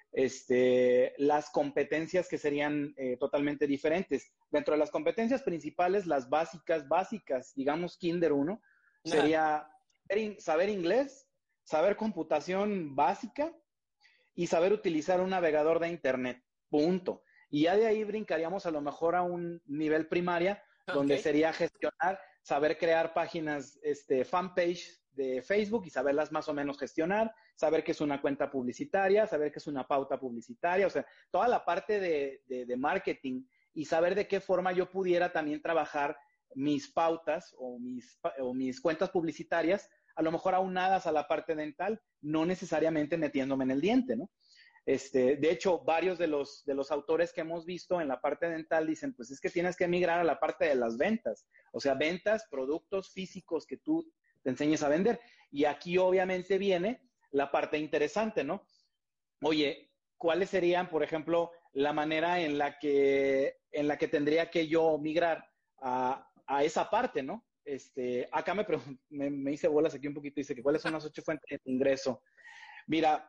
Las competencias que serían totalmente diferentes. Dentro de las competencias principales, las básicas, digamos Kinder 1, Ajá. sería saber inglés, saber computación básica y saber utilizar un navegador de Internet, punto. Y ya de ahí brincaríamos a lo mejor a un nivel primaria, Ok. donde sería gestionar, saber crear páginas, fanpage de Facebook y saberlas más o menos gestionar, saber qué es una cuenta publicitaria, saber qué es una pauta publicitaria, o sea, toda la parte de marketing y saber de qué forma yo pudiera también trabajar mis pautas o mis cuentas publicitarias, a lo mejor aunadas a la parte dental, no necesariamente metiéndome en el diente, ¿no? De hecho, varios de los autores que hemos visto en la parte dental dicen, pues es que tienes que migrar a la parte de las ventas, o sea, ventas, productos físicos que tú te enseñes a vender. Y aquí obviamente viene la parte interesante, ¿no? Oye, ¿cuáles serían, por ejemplo, la manera en la que tendría que yo migrar a esa parte, ¿no? Acá me hice bolas aquí un poquito, dice que cuáles son las 8 fuentes de ingreso. Mira,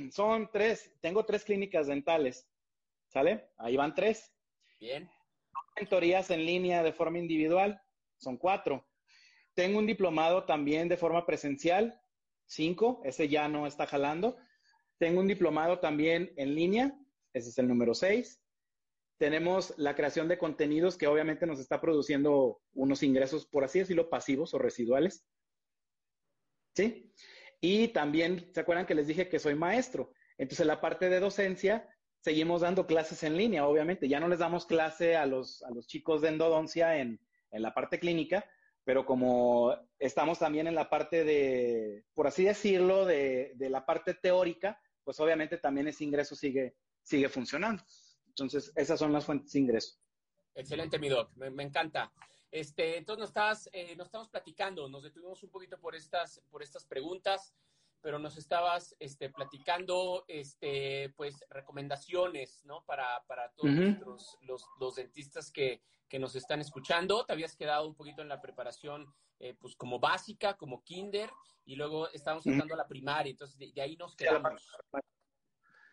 tengo 3 clínicas dentales, ¿sale? Ahí van 3. Bien. Mentorías en línea de forma individual, son 4. Tengo un diplomado también de forma presencial, 5, ese ya no está jalando. Tengo un diplomado también en línea, ese es el número 6. Tenemos la creación de contenidos que obviamente nos está produciendo unos ingresos, por así decirlo, pasivos o residuales. ¿Sí? Y también, ¿se acuerdan que les dije que soy maestro? Entonces, en la parte de docencia, seguimos dando clases en línea, obviamente. Ya no les damos clase a los chicos de endodoncia en la parte clínica, pero como estamos también en la parte de, por así decirlo, de la parte teórica, pues obviamente también ese ingreso sigue funcionando. Entonces, esas son las fuentes de ingreso. Excelente, mi doc, me encanta. Entonces nos estamos platicando, nos detuvimos un poquito por estas preguntas, pero nos estabas platicando, pues, recomendaciones, ¿no? Para todos los dentistas que nos están escuchando. Te habías quedado un poquito en la preparación, pues, como básica, como kinder, y luego estábamos saltando a la primaria, entonces de ahí nos quedamos.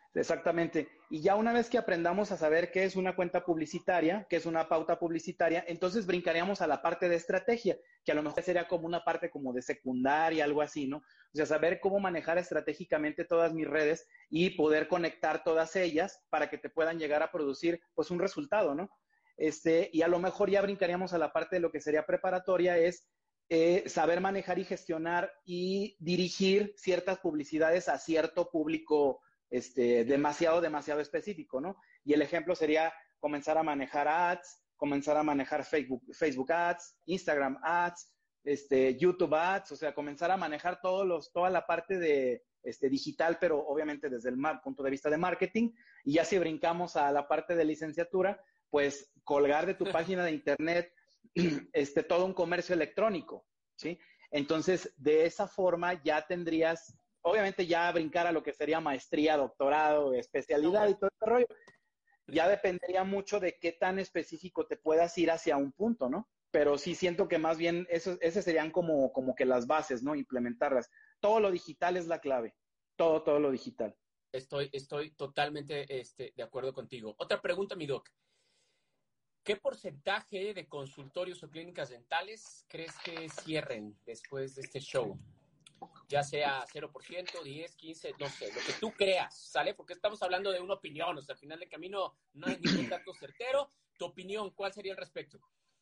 Exactamente. Y ya una vez que aprendamos a saber qué es una cuenta publicitaria, qué es una pauta publicitaria, entonces brincaríamos a la parte de estrategia, que a lo mejor sería como una parte como de secundaria, algo así, ¿no? O sea, saber cómo manejar estratégicamente todas mis redes y poder conectar todas ellas para que te puedan llegar a producir, pues, un resultado, ¿no? Y a lo mejor ya brincaríamos a la parte de lo que sería preparatoria, es saber manejar y gestionar y dirigir ciertas publicidades a cierto público demasiado específico, ¿no? Y el ejemplo sería comenzar a manejar ads, comenzar a manejar Facebook Ads, Instagram Ads, YouTube Ads, o sea, comenzar a manejar toda la parte de digital, pero obviamente desde el punto de vista de marketing. Y ya si brincamos a la parte de licenciatura, pues colgar de tu página de internet todo un comercio electrónico, ¿sí? Entonces, de esa forma ya tendrías, obviamente ya brincar a lo que sería maestría, doctorado, especialidad y todo ese rollo, ya dependería mucho de qué tan específico te puedas ir hacia un punto, ¿no? Pero sí siento que más bien esas serían como que las bases, ¿no? Implementarlas. Todo lo digital es la clave. Todo lo digital. Estoy totalmente de acuerdo contigo. Otra pregunta, mi doc. ¿Qué porcentaje de consultorios o clínicas dentales crees que cierren después de este show? Ya sea 0%, 10, 15, no sé, lo que tú creas, ¿sale? Porque estamos hablando de una opinión, o sea, al final de camino no hay ningún dato certero. Tu opinión, ¿cuál sería al respecto?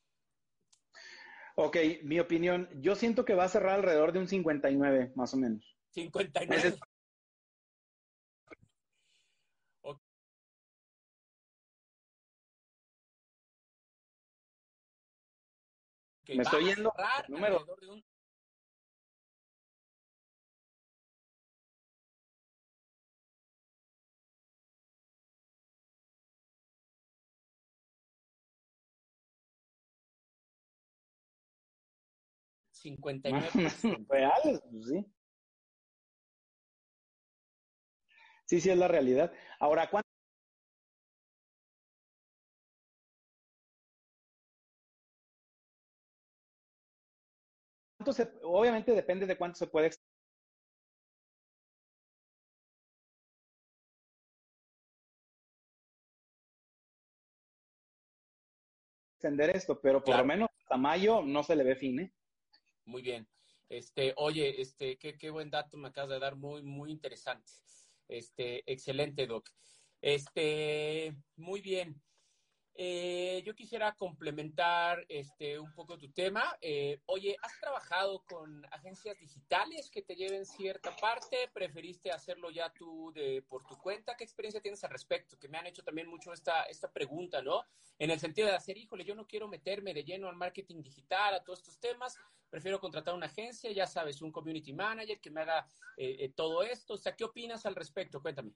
Ok, mi opinión, yo siento que va a cerrar alrededor de un 59, más o menos. 59. Okay. Me estoy yendo. Número alrededor de un 59%. Reales, pues sí. Sí, es la realidad. Ahora, ¿cuánto obviamente depende de cuánto se puede extender esto, pero por Claro. lo menos hasta mayo no se le ve fin, ¿eh? Muy bien. Oye, qué buen dato me acabas de dar, muy, muy interesante. Excelente, Doc. Muy bien. Yo quisiera complementar un poco tu tema. Oye, ¿has trabajado con agencias digitales que te lleven cierta parte? ¿Preferiste hacerlo ya tú por tu cuenta? ¿Qué experiencia tienes al respecto? Que me han hecho también mucho esta pregunta, ¿no? En el sentido de hacer, híjole, yo no quiero meterme de lleno al marketing digital, a todos estos temas. Prefiero contratar una agencia, ya sabes, un community manager que me haga todo esto. O sea, ¿qué opinas al respecto? Cuéntame.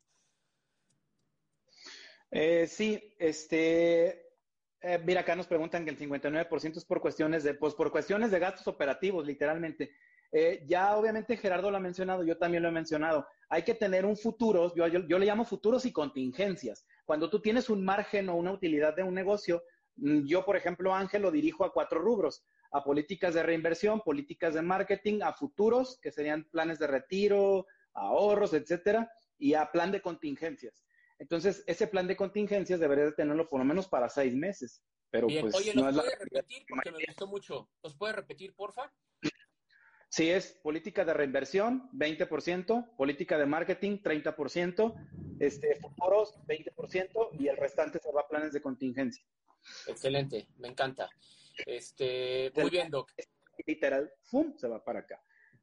Sí, mira, acá nos preguntan que el 59% es por cuestiones de gastos operativos, literalmente. Ya obviamente Gerardo lo ha mencionado, yo también lo he mencionado. Hay que tener un futuro, yo le llamo futuros y contingencias. Cuando tú tienes un margen o una utilidad de un negocio, yo, por ejemplo, Ángel, lo dirijo a 4 rubros: a políticas de reinversión, políticas de marketing, a futuros, que serían planes de retiro, ahorros, etcétera, y a plan de contingencias. Entonces, ese plan de contingencias debería de tenerlo por lo menos para 6 meses. Pero Bien, pues oye, no ¿los es la puedes realidad. repetir? Porque me gustó mucho. ¿Los puedes repetir, porfa? Sí, es política de reinversión, 20%, política de marketing, 30%, futuros, 20%, y el restante se va a planes de contingencia. Excelente, me encanta. Muy bien, Doc. Literal, ¡fum!, se va para acá.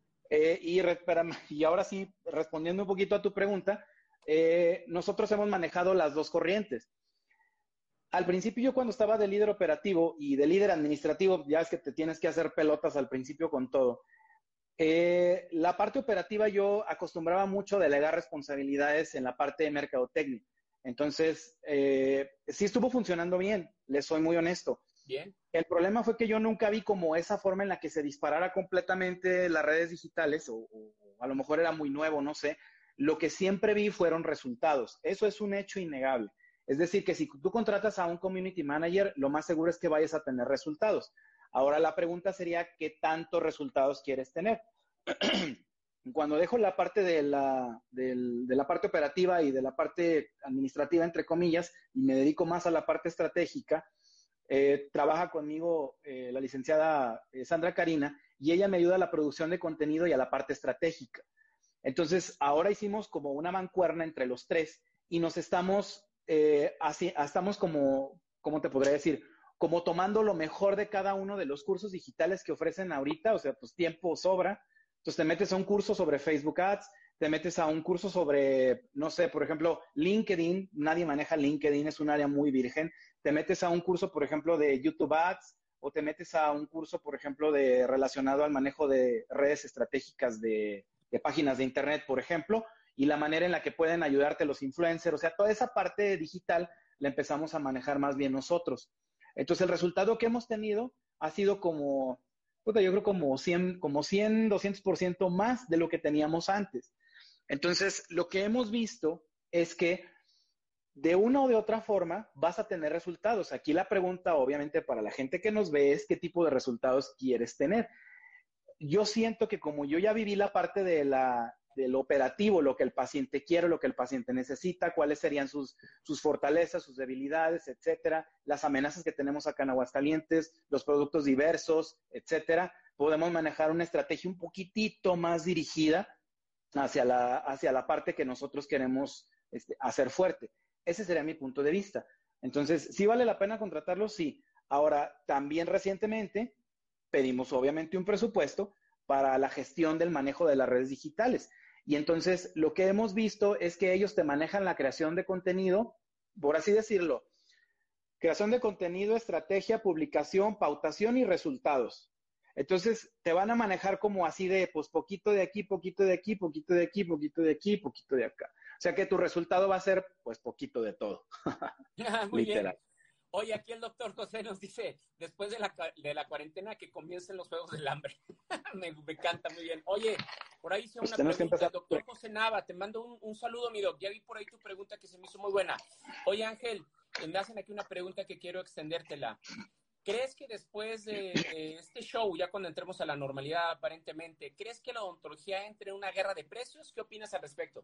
Y ahora sí, respondiendo un poquito a tu pregunta, nosotros hemos manejado las dos corrientes. Al principio, yo cuando estaba de líder operativo y de líder administrativo, ya es que te tienes que hacer pelotas al principio con todo. La parte operativa, yo acostumbraba mucho a delegar responsabilidades en la parte de mercadotecnia. Entonces, sí estuvo funcionando bien, les soy muy honesto. Bien. El problema fue que yo nunca vi como esa forma en la que se disparara completamente las redes digitales, o a lo mejor era muy nuevo, no sé. Lo que siempre vi fueron resultados. Eso es un hecho innegable. Es decir, que si tú contratas a un community manager, lo más seguro es que vayas a tener resultados. Ahora la pregunta sería, ¿qué tantos resultados quieres tener? cuando dejo la parte de la parte operativa y de la parte administrativa, entre comillas, y me dedico más a la parte estratégica, trabaja conmigo la licenciada Sandra Karina, y ella me ayuda a la producción de contenido y a la parte estratégica. Entonces, ahora hicimos como una mancuerna entre los tres y nos estamos, estamos como, ¿cómo te podría decir? Como tomando lo mejor de cada uno de los cursos digitales que ofrecen ahorita, o sea, pues tiempo sobra. Entonces te metes a un curso sobre Facebook Ads, te metes a un curso sobre, no sé, por ejemplo, LinkedIn. Nadie maneja LinkedIn, es un área muy virgen. Te metes a un curso, por ejemplo, de YouTube Ads, o te metes a un curso, por ejemplo, relacionado al manejo de redes estratégicas de páginas de Internet, por ejemplo, y la manera en la que pueden ayudarte los influencers. O sea, toda esa parte digital la empezamos a manejar más bien nosotros. Entonces, el resultado que hemos tenido ha sido como, yo creo como 100, 200% más de lo que teníamos antes. Entonces, lo que hemos visto es que de una o de otra forma vas a tener resultados. Aquí la pregunta, obviamente, para la gente que nos ve es qué tipo de resultados quieres tener. Yo siento que como yo ya viví la parte del operativo, lo que el paciente quiere, lo que el paciente necesita, cuáles serían sus fortalezas, sus debilidades, etcétera, las amenazas que tenemos acá en Aguascalientes, los productos diversos, etcétera, podemos manejar una estrategia un poquitito más dirigida hacia la parte que nosotros queremos hacer fuerte. Ese sería mi punto de vista. Entonces, ¿sí vale la pena contratarlo? Sí. Ahora, también recientemente pedimos obviamente un presupuesto para la gestión del manejo de las redes digitales. Y entonces lo que hemos visto es que ellos te manejan la creación de contenido, por así decirlo, creación de contenido, estrategia, publicación, pautación y resultados. Entonces te van a manejar como así de, pues poquito de aquí, poquito de aquí, poquito de aquí, poquito de aquí, poquito de acá. O sea que tu resultado va a ser, pues, poquito de todo. Muy Literal. bien. Oye, aquí el doctor José nos dice, después de la cuarentena, que comiencen los Juegos del Hambre. me encanta, muy bien. Oye, por ahí hice Pues una tenemos que pregunta. empezar. El doctor José Nava, te mando un saludo, mi doc. Ya vi por ahí tu pregunta que se me hizo muy buena. Oye, Ángel, me hacen aquí una pregunta que quiero extendértela. ¿Crees que después de este show, ya cuando entremos a la normalidad aparentemente, ¿crees que la odontología entre en una guerra de precios? ¿Qué opinas al respecto?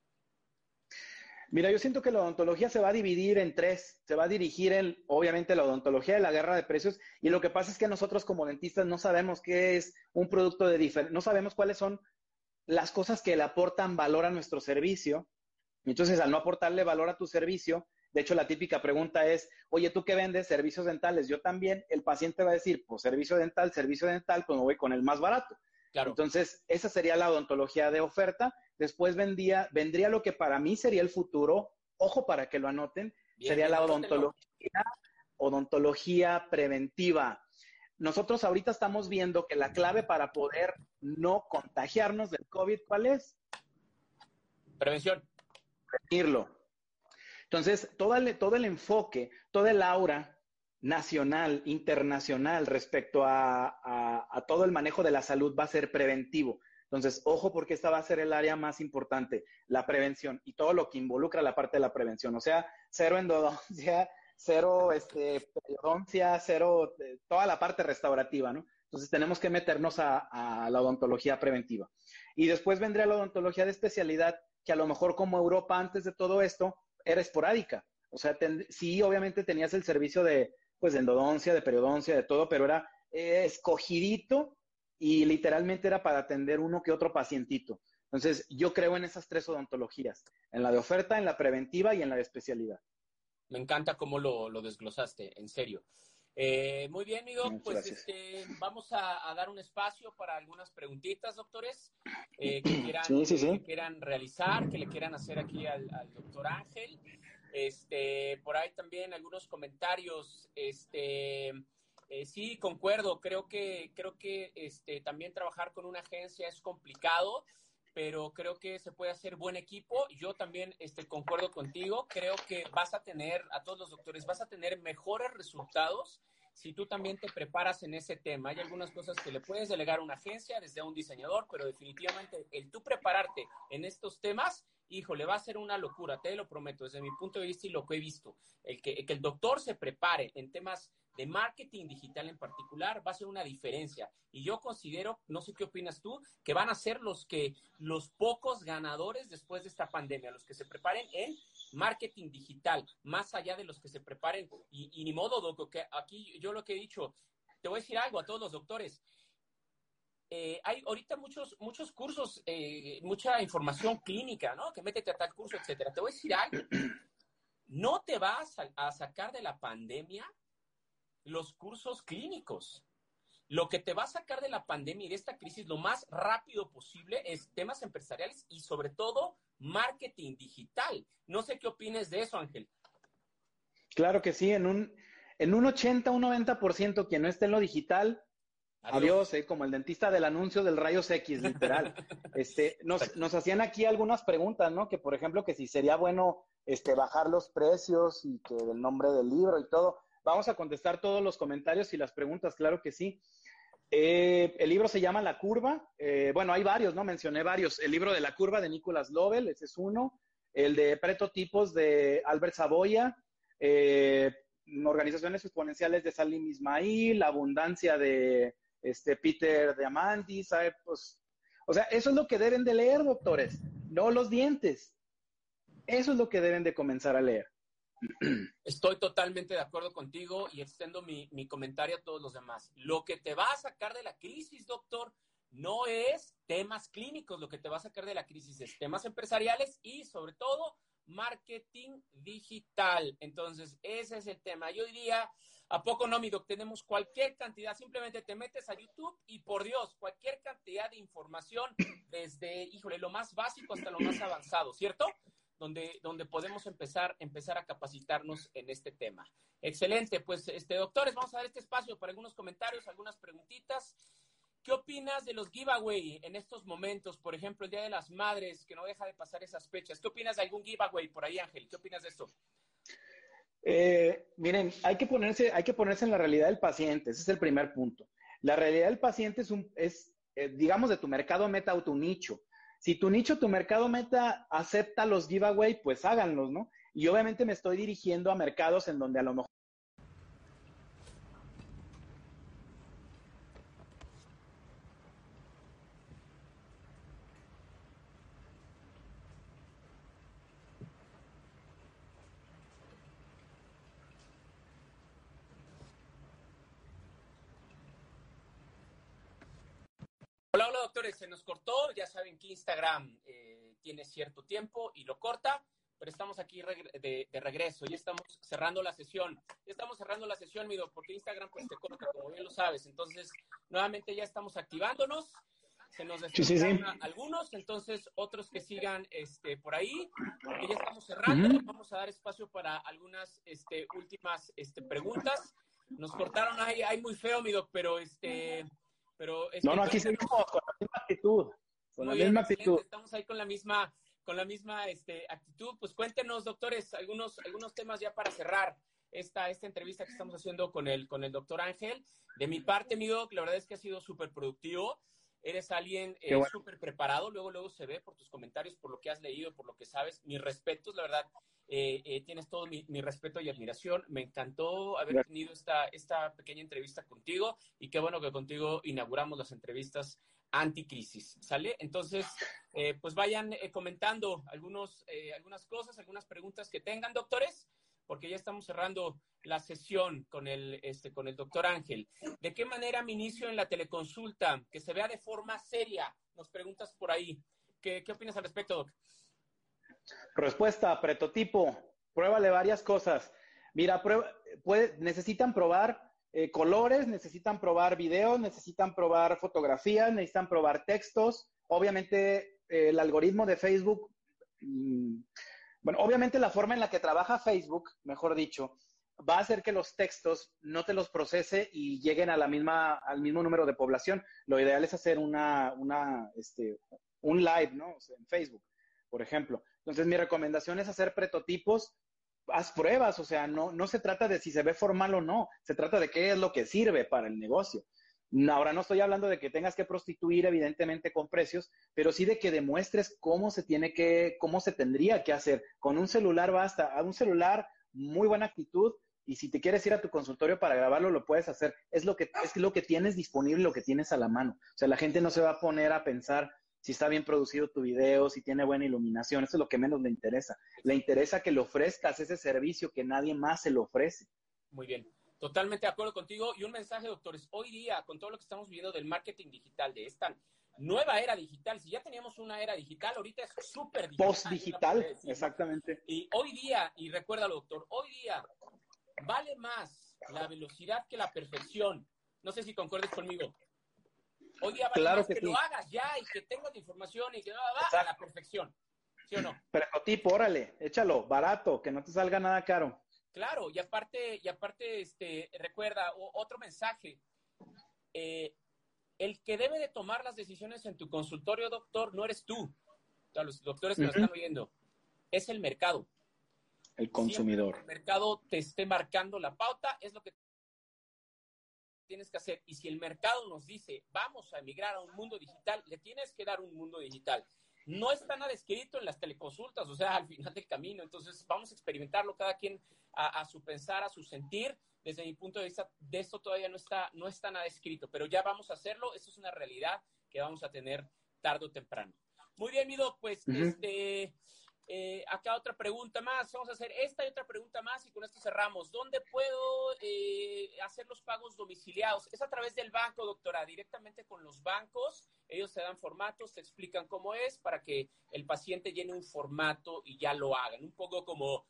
Mira, yo siento que la odontología se va a dividir en tres. Se va a dirigir en, obviamente, la odontología de la guerra de precios. Y lo que pasa es que nosotros como dentistas no sabemos qué es un producto de diferencia, no sabemos cuáles son las cosas que le aportan valor a nuestro servicio. Y entonces, al no aportarle valor a tu servicio, de hecho, la típica pregunta es, oye, ¿tú qué vendes? Servicios dentales. Yo también. El paciente va a decir, pues servicio dental, pues me voy con el más barato. Claro. Entonces, esa sería la odontología de oferta. Después vendría lo que para mí sería el futuro, ojo para que lo anoten, Bien, sería bien, la odontología preventiva. Nosotros ahorita estamos viendo que la clave para poder no contagiarnos del COVID, ¿cuál es? Prevención. Prevenirlo. Entonces, todo el enfoque, toda el aura nacional, internacional respecto a todo el manejo de la salud va a ser preventivo. Entonces, ojo, porque esta va a ser el área más importante, la prevención y todo lo que involucra la parte de la prevención. O sea, cero endodoncia, cero periodoncia, cero toda la parte restaurativa, ¿no? Entonces, tenemos que meternos a la odontología preventiva. Y después vendría la odontología de especialidad, que a lo mejor como Europa antes de todo esto era esporádica. O sea, sí, obviamente tenías el servicio de endodoncia, de periodoncia, de todo, pero era escogidito y literalmente era para atender uno que otro pacientito. Entonces, yo creo en esas tres odontologías, en la de oferta, en la preventiva y en la de especialidad. Me encanta cómo lo desglosaste, en serio. Muy bien, amigo, pues vamos a dar un espacio para algunas preguntitas, doctores, que quieran realizar, que le quieran hacer aquí al doctor Ángel. Por ahí también algunos comentarios. Sí, concuerdo. Creo que también trabajar con una agencia es complicado, pero creo que se puede hacer buen equipo. Yo también concuerdo contigo. Creo que a todos los doctores, vas a tener mejores resultados si tú también te preparas en ese tema. Hay algunas cosas que le puedes delegar a una agencia, desde a un diseñador, pero definitivamente el tú prepararte en estos temas, híjole, va a ser una locura, te lo prometo, desde mi punto de vista y lo que he visto. Que el doctor se prepare en temas de marketing digital en particular, va a ser una diferencia. Y yo considero, no sé qué opinas tú, que van a ser los pocos ganadores después de esta pandemia, los que se preparen en marketing digital, más allá de los que se preparen. Y ni modo, Doc, que aquí yo lo que he dicho, te voy a decir algo a todos los doctores. Hay ahorita muchos cursos, mucha información clínica, ¿no? Que métete a tal curso, etcétera. Te voy a decir algo. No te vas a sacar de la pandemia los cursos clínicos. Lo que te va a sacar de la pandemia y de esta crisis lo más rápido posible es temas empresariales y sobre todo marketing digital. No sé qué opines de eso, Ángel. Claro que sí, en un 80, un 90% quien no esté en lo digital, adiós, como el dentista del anuncio del rayos X, literal. Nos hacían aquí algunas preguntas, ¿no? Que, por ejemplo, que si sería bueno bajar los precios y que el nombre del libro y todo. Vamos a contestar todos los comentarios y las preguntas, claro que sí. El libro se llama La Curva. Bueno, hay varios, ¿no? Mencioné varios. El libro de La Curva de Nicholas Lovell, ese es uno. El de Prototipos de Albert Saboya. Organizaciones exponenciales de Salim Ismail. Abundancia de Peter Diamandis. Pues, o sea, eso es lo que deben de leer, doctores. No los dientes. Eso es lo que deben de comenzar a leer. Estoy totalmente de acuerdo contigo y extendo mi comentario a todos los demás. Lo que te va a sacar de la crisis, doctor, no es temas clínicos. Lo que te va a sacar de la crisis es temas empresariales y, sobre todo, marketing digital. Entonces, ese es el tema. Yo diría, ¿a poco no, mi doc? Tenemos cualquier cantidad. Simplemente te metes a YouTube y, por Dios, cualquier cantidad de información desde, lo más básico hasta lo más avanzado, ¿cierto? Donde podemos empezar a capacitarnos en este tema. Excelente, pues doctores, vamos a dar este espacio para algunos comentarios, algunas preguntitas. ¿Qué opinas de los giveaway en estos momentos? Por ejemplo, el Día de las Madres, que no deja de pasar esas fechas. ¿Qué opinas de algún giveaway por ahí, Ángel? ¿Qué opinas de esto? Miren, hay que ponerse en la realidad del paciente. Ese es el primer punto. La realidad del paciente es digamos, de tu mercado meta o tu nicho. Si tu nicho, tu mercado meta acepta los giveaway, pues háganlos, ¿no? Y obviamente me estoy dirigiendo a mercados en donde a lo mejor Hola, doctores, se nos cortó. Ya saben que Instagram tiene cierto tiempo y lo corta, pero estamos aquí de regreso. Ya estamos cerrando la sesión. Mi doc, porque Instagram pues te corta, como bien lo sabes. Entonces, nuevamente ya estamos activándonos. Se nos desconectaron algunos, entonces otros que sigan por ahí, porque ya estamos cerrando. Vamos a dar espacio para algunas últimas preguntas. Nos cortaron ahí muy feo, mi doc, pero no, aquí seguimos con la misma actitud. Con la misma actitud. Estamos ahí con la misma actitud. Pues cuéntenos, doctores, algunos temas ya para cerrar esta entrevista que estamos haciendo con el doctor Ángel. De mi parte, mi doc, la verdad es que ha sido súper productivo. Eres alguien súper preparado, luego se ve por tus comentarios, por lo que has leído, por lo que sabes. Mis respetos, la verdad, tienes todo mi respeto y admiración. Me encantó haber tenido esta pequeña entrevista contigo y qué bueno que contigo inauguramos las entrevistas anticrisis, ¿sale? Entonces, pues vayan comentando algunas cosas, algunas preguntas que tengan, doctores, porque ya estamos cerrando la sesión con el doctor Ángel. ¿De qué manera me inicio en la teleconsulta? Que se vea de forma seria. Nos preguntas por ahí. ¿Qué opinas al respecto, doc? Respuesta, prototipo. Pruébale varias cosas. Mira, necesitan probar colores, necesitan probar videos, necesitan probar fotografías, necesitan probar textos. Obviamente, el algoritmo de Facebook... Bueno, obviamente la forma en la que trabaja Facebook, mejor dicho, va a hacer que los textos no te los procese y lleguen al mismo número de población. Lo ideal es hacer un live, ¿no? O sea, en Facebook, por ejemplo. Entonces, mi recomendación es hacer prototipos, haz pruebas, o sea, no se trata de si se ve formal o no, se trata de qué es lo que sirve para el negocio. Ahora no estoy hablando de que tengas que prostituir evidentemente con precios, pero sí de que demuestres cómo se tendría que hacer. Con un celular basta, a un celular, muy buena actitud, Y si te quieres ir a tu consultorio para grabarlo, lo puedes hacer. Es lo que tienes disponible, lo que tienes a la mano. O sea, la gente no se va a poner a pensar si está bien producido tu video, si tiene buena iluminación. Eso es lo que menos le interesa. Le interesa que le ofrezcas ese servicio que nadie más se lo ofrece. Muy bien. Totalmente de acuerdo contigo. Y un mensaje, doctores. Hoy día, con todo lo que estamos viviendo del marketing digital, de esta nueva era digital, si ya teníamos una era digital, ahorita es súper digital. Post-digital, exactamente. Y hoy día, y recuérdalo, doctor, hoy día vale más la velocidad que la perfección. No sé si concuerdes conmigo. Hoy día vale claro más que sí. lo hagas ya y que tengas la información y que va a la perfección. ¿Sí o no? Pero tipo, órale, échalo, barato, que no te salga nada caro. Claro, y aparte, recuerda, otro mensaje. El que debe de tomar las decisiones en tu consultorio, doctor, no eres tú. O sea, los doctores que nos están oyendo, es el mercado. El consumidor. Siempre el mercado te esté marcando la pauta, es lo que tienes que hacer. Y si el mercado nos dice, vamos a emigrar a un mundo digital, le tienes que dar un mundo digital. No está nada escrito en las teleconsultas, o sea, al final del camino. Entonces, vamos a experimentarlo cada quien a su pensar, a su sentir. Desde mi punto de vista, de esto todavía no está nada escrito, pero ya vamos a hacerlo. Esto es una realidad que vamos a tener tarde o temprano. Muy bien, mi doc, pues, acá otra pregunta más. Vamos a hacer esta y otra pregunta más y con esto cerramos. ¿Dónde puedo hacer los pagos domiciliados? Es a través del banco, doctora, directamente con los bancos. Ellos te dan formatos, te explican cómo es para que el paciente llene un formato y ya lo hagan. Un poco como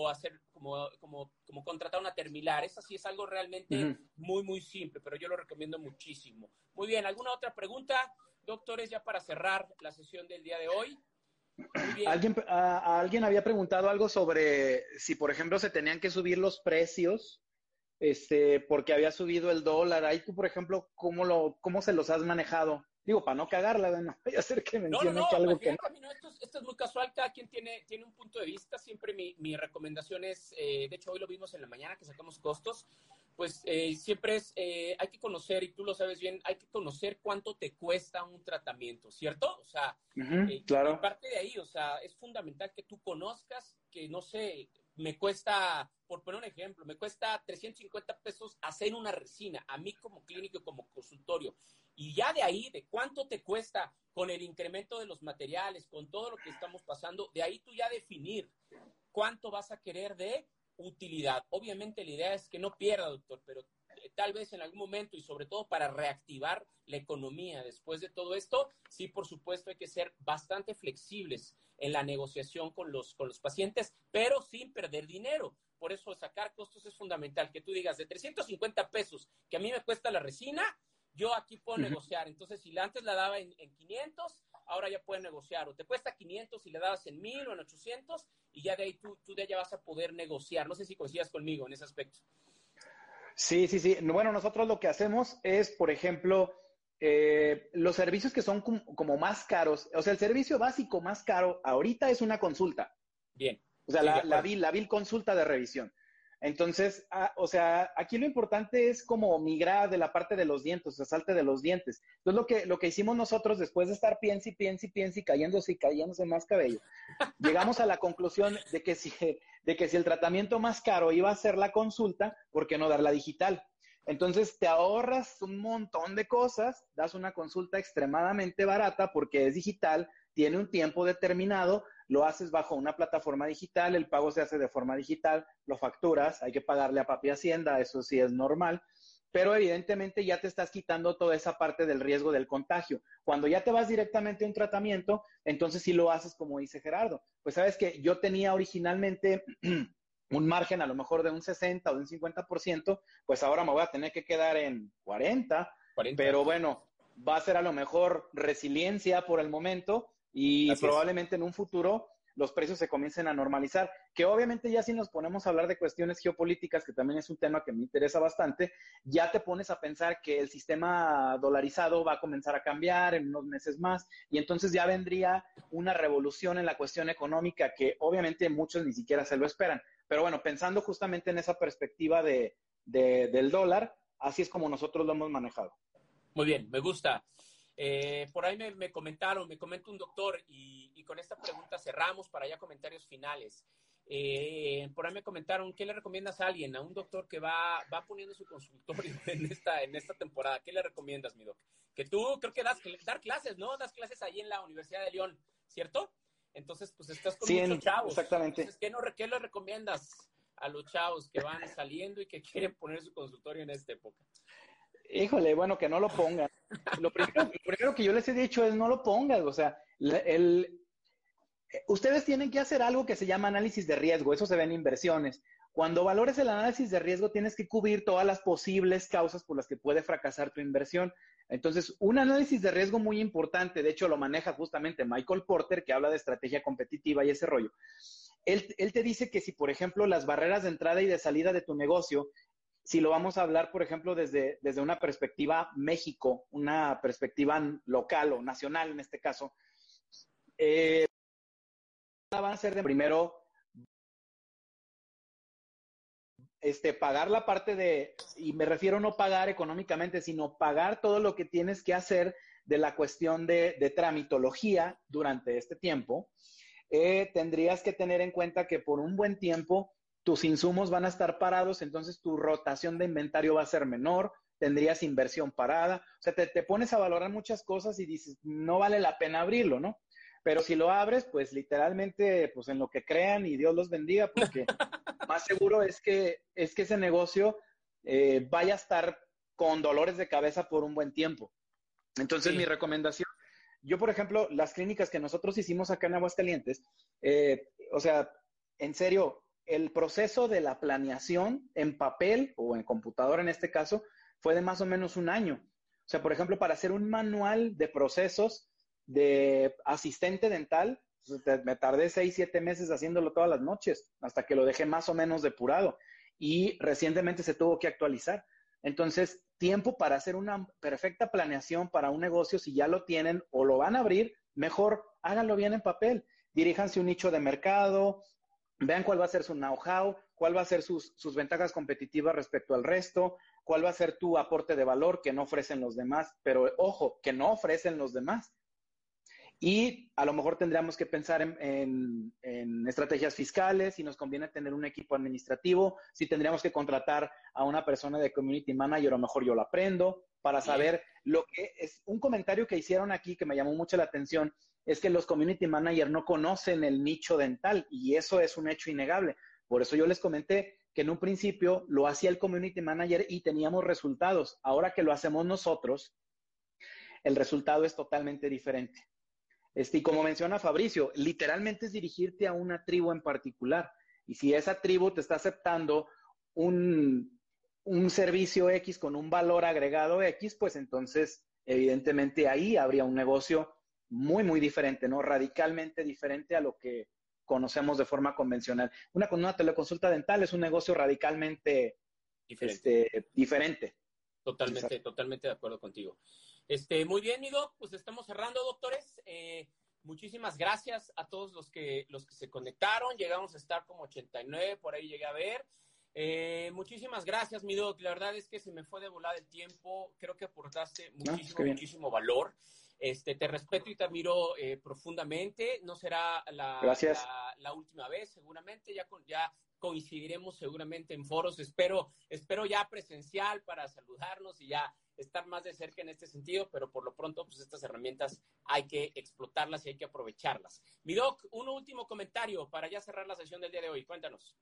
contratar una terminal. Esa sí es algo realmente muy, muy simple, pero yo lo recomiendo muchísimo. Muy bien, ¿alguna otra pregunta, doctores, ya para cerrar la sesión del día de hoy? Alguien había preguntado algo sobre si, por ejemplo, se tenían que subir los precios, porque había subido el dólar. Ahí tú, por ejemplo, ¿cómo se los has manejado? Digo, para no cagarla, no vaya a ser que mencione que algo que no. Esto es muy casual, cada quien tiene un punto de vista. Siempre mi recomendación es, de hecho hoy lo vimos en la mañana que sacamos costos, pues siempre es, hay que conocer, y tú lo sabes bien, hay que conocer cuánto te cuesta un tratamiento, ¿cierto? O sea, claro. Y parte de ahí, o sea, es fundamental que tú conozcas que, no sé, me cuesta, por poner un ejemplo, me cuesta 350 pesos hacer una resina, a mí como clínico, como consultorio. Y ya de ahí, de cuánto te cuesta con el incremento de los materiales, con todo lo que estamos pasando, de ahí tú ya definir cuánto vas a querer de utilidad. Obviamente la idea es que no pierda, doctor, pero tal vez en algún momento y sobre todo para reactivar la economía después de todo esto, sí, por supuesto, hay que ser bastante flexibles en la negociación con los pacientes, pero sin perder dinero. Por eso sacar costos es fundamental, que tú digas de 350 pesos, que a mí me cuesta la resina, yo aquí puedo negociar. Entonces, si antes la daba en 500, ahora ya puedes negociar. O te cuesta 500 y le dabas en 1000 o en 800, y ya de ahí tú de allá vas a poder negociar. No sé si coincidas conmigo en ese aspecto. Sí. Bueno, nosotros lo que hacemos es, por ejemplo, los servicios que son como más caros. O sea, el servicio básico más caro ahorita es una consulta. Bien. O sea, sí, la vil consulta de revisión. Entonces, o sea, aquí lo importante es como migrar de la parte de los dientes, o sea, salte de los dientes. Entonces, lo que hicimos nosotros después de estar piense y cayéndose más cabello, llegamos a la conclusión de que si el tratamiento más caro iba a ser la consulta, ¿por qué no darla digital? Entonces, te ahorras un montón de cosas, das una consulta extremadamente barata porque es digital, tiene un tiempo determinado, lo haces bajo una plataforma digital, el pago se hace de forma digital, lo facturas, hay que pagarle a Papi Hacienda, eso sí es normal, pero evidentemente ya te estás quitando toda esa parte del riesgo del contagio. Cuando ya te vas directamente a un tratamiento, entonces sí lo haces como dice Gerardo. Pues sabes que yo tenía originalmente un margen a lo mejor de un 60 o de un 50%, pues ahora me voy a tener que quedar en 40, pero bueno, va a ser a lo mejor resiliencia por el momento y probablemente en un futuro los precios se comiencen a normalizar, que obviamente ya si nos ponemos a hablar de cuestiones geopolíticas, que también es un tema que me interesa bastante, ya te pones a pensar que el sistema dolarizado va a comenzar a cambiar en unos meses más y entonces ya vendría una revolución en la cuestión económica que obviamente muchos ni siquiera se lo esperan. Pero bueno, pensando justamente en esa perspectiva del dólar, así es como nosotros lo hemos manejado. Muy bien, me gusta. Por ahí me comenta un doctor y con esta pregunta cerramos para ya comentarios finales. Por ahí me comentaron, ¿qué le recomiendas a alguien, a un doctor que va poniendo su consultorio en esta temporada? ¿Qué le recomiendas, mi doc? Que tú creo que dar clases, ¿no? Das clases ahí en la Universidad de León, ¿cierto? Entonces, pues estás con Sí, muchos chavos. exactamente. Entonces, ¿qué le recomiendas a los chavos que van saliendo y que quieren poner su consultorio en esta época? Híjole, bueno, que no lo pongan. Lo primero que yo les he dicho es no lo pongas. O sea, ustedes tienen que hacer algo que se llama análisis de riesgo. Eso se ve en inversiones. Cuando valores el análisis de riesgo, tienes que cubrir todas las posibles causas por las que puede fracasar tu inversión. Entonces, un análisis de riesgo muy importante, de hecho lo maneja justamente Michael Porter, que habla de estrategia competitiva y ese rollo. Él te dice que si, por ejemplo, las barreras de entrada y de salida de tu negocio, si lo vamos a hablar, por ejemplo, desde una perspectiva México, una perspectiva local o nacional en este caso, van a ser de primero pagar la parte y me refiero no pagar económicamente, sino pagar todo lo que tienes que hacer de la cuestión de tramitología durante este tiempo. Tendrías que tener en cuenta que por un buen tiempo tus insumos van a estar parados, entonces tu rotación de inventario va a ser menor, tendrías inversión parada, o sea, te pones a valorar muchas cosas y dices, no vale la pena abrirlo, ¿no? Pero si lo abres, pues literalmente, pues en lo que crean y Dios los bendiga, porque más seguro es que ese negocio vaya a estar con dolores de cabeza por un buen tiempo. Entonces, mi recomendación, yo, por ejemplo, las clínicas que nosotros hicimos acá en Aguascalientes, o sea, en serio, el proceso de la planeación en papel o en computadora en este caso fue de más o menos un año. O sea, por ejemplo, para hacer un manual de procesos de asistente dental, me tardé 6, 7 meses haciéndolo todas las noches, hasta que lo dejé más o menos depurado. Y recientemente se tuvo que actualizar. Entonces, tiempo para hacer una perfecta planeación para un negocio, si ya lo tienen o lo van a abrir, mejor háganlo bien en papel. Diríjanse un nicho de mercado, vean cuál va a ser su know-how, cuál va a ser sus ventajas competitivas respecto al resto, cuál va a ser tu aporte de valor que no ofrecen los demás, pero ojo, que no ofrecen los demás. Y a lo mejor tendríamos que pensar en estrategias fiscales, si nos conviene tener un equipo administrativo, si tendríamos que contratar a una persona de community manager, a lo mejor yo lo aprendo, para saber lo que es. Un comentario que hicieron aquí que me llamó mucho la atención es que los community managers no conocen el nicho dental y eso es un hecho innegable. Por eso yo les comenté que en un principio lo hacía el community manager y teníamos resultados. Ahora que lo hacemos nosotros, el resultado es totalmente diferente. Y como menciona Fabricio, literalmente es dirigirte a una tribu en particular. Y si esa tribu te está aceptando un servicio X con un valor agregado X, pues entonces, evidentemente, ahí habría un negocio muy, muy diferente, ¿no? Radicalmente diferente a lo que conocemos de forma convencional. Una teleconsulta dental es un negocio radicalmente diferente. Totalmente de acuerdo contigo. Muy bien, mi doc, pues estamos cerrando, doctores. Muchísimas gracias a todos los que se conectaron. Llegamos a estar como 89, por ahí llegué a ver. Muchísimas gracias, mi doc. La verdad es que se me fue de volada el tiempo. Creo que aportaste muchísimo valor. Te respeto y te admiro profundamente. No será la última vez, seguramente. Ya coincidiremos seguramente en foros. Espero ya presencial para saludarnos y ya estar más de cerca en este sentido, pero por lo pronto, pues estas herramientas hay que explotarlas y hay que aprovecharlas. Mi doc, un último comentario para ya cerrar la sesión del día de hoy. Cuéntanos.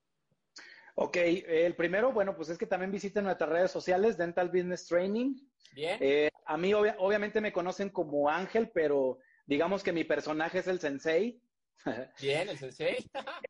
Ok, el primero, bueno, pues es que también visiten nuestras redes sociales, Dental Business Training. Bien. A mí obviamente me conocen como Ángel, pero digamos que mi personaje es el Sensei. Bien, el Sensei.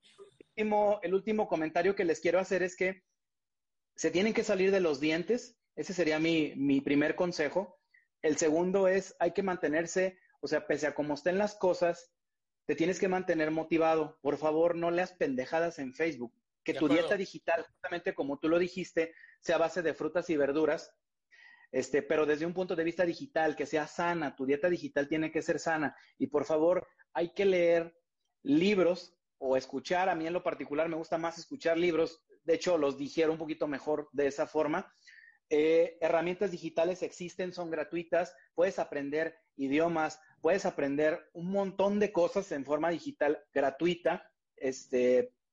El último comentario que les quiero hacer es que se tienen que salir de los dientes. Ese sería mi primer consejo. El segundo es, hay que mantenerse, o sea, pese a cómo estén las cosas, te tienes que mantener motivado. Por favor, no leas pendejadas en Facebook. Que tu dieta digital, justamente como tú lo dijiste, sea a base de frutas y verduras, pero desde un punto de vista digital, que sea sana. Tu dieta digital tiene que ser sana. Y por favor, hay que leer libros o escuchar. A mí en lo particular me gusta más escuchar libros. De hecho, los digiero un poquito mejor de esa forma. Herramientas digitales existen, son gratuitas. Puedes aprender idiomas, puedes aprender un montón de cosas en forma digital gratuita.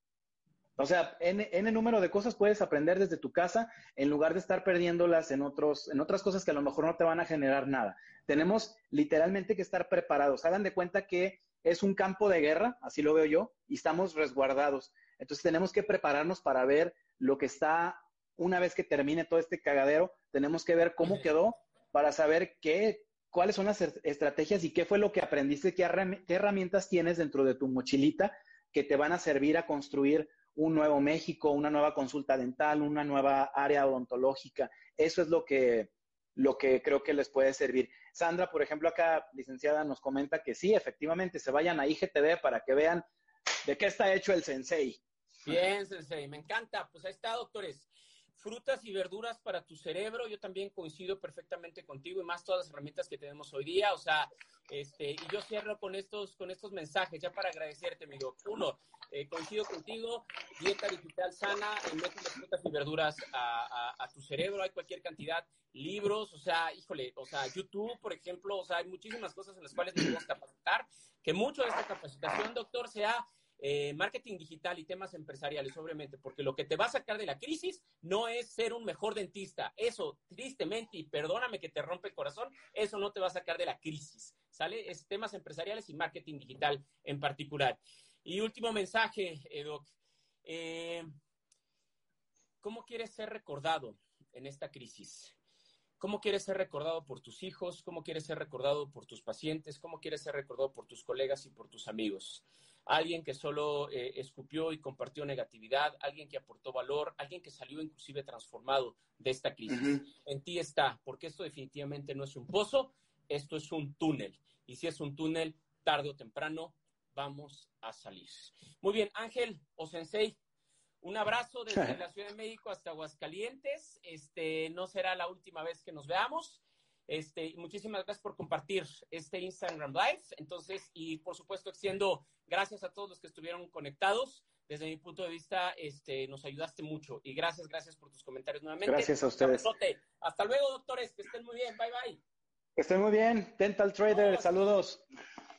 O sea, N número de cosas puedes aprender desde tu casa en lugar de estar perdiéndolas en otras cosas que a lo mejor no te van a generar nada. Tenemos literalmente que estar preparados. Hagan de cuenta que es un campo de guerra, así lo veo yo, y estamos resguardados. Entonces tenemos que prepararnos para ver lo que está, una vez que termine todo este cagadero, tenemos que ver cómo quedó para saber cuáles son las estrategias y qué fue lo que aprendiste, qué herramientas tienes dentro de tu mochilita que te van a servir a construir un nuevo México, una nueva consulta dental, una nueva área odontológica. Eso es lo que creo que les puede servir. Sandra, por ejemplo, acá, licenciada, nos comenta que sí, efectivamente, se vayan a IGTV para que vean de qué está hecho el sensei. Bien, sensei, me encanta. Pues ahí está, doctores. Frutas y verduras para tu cerebro. Yo también coincido perfectamente contigo y más todas las herramientas que tenemos hoy día. O sea, y yo cierro con estos mensajes ya para agradecerte, amigo. Uno, coincido contigo, dieta digital sana, métele frutas y verduras a tu cerebro. Hay cualquier cantidad, libros, o sea, híjole, o sea, YouTube, por ejemplo, o sea, hay muchísimas cosas en las cuales nos podemos capacitar. Que mucho de esta capacitación, doctor, sea marketing digital y temas empresariales, obviamente, porque lo que te va a sacar de la crisis no es ser un mejor dentista. Eso, tristemente, y perdóname que te rompe el corazón, eso no te va a sacar de la crisis, ¿sale? Es temas empresariales y marketing digital en particular. Y último mensaje, Doc. ¿Cómo quieres ser recordado en esta crisis? ¿Cómo quieres ser recordado por tus hijos? ¿Cómo quieres ser recordado por tus pacientes? ¿Cómo quieres ser recordado por tus colegas y por tus amigos? Alguien que solo escupió y compartió negatividad, alguien que aportó valor, alguien que salió inclusive transformado de esta crisis. En ti está, porque esto definitivamente no es un pozo, esto es un túnel. Y si es un túnel, tarde o temprano vamos a salir. Muy bien, Ángel o Sensei, un abrazo desde la Ciudad de México hasta Aguascalientes. No será la última vez que nos veamos. Muchísimas gracias por compartir este Instagram Live. Entonces, y por supuesto, extiendo gracias a todos los que estuvieron conectados. Desde mi punto de vista, nos ayudaste mucho. Y gracias por tus comentarios nuevamente. Gracias a ustedes. Hasta luego, doctores. Que estén muy bien. Bye, bye. Que estén muy bien. Dental Trader, saludos.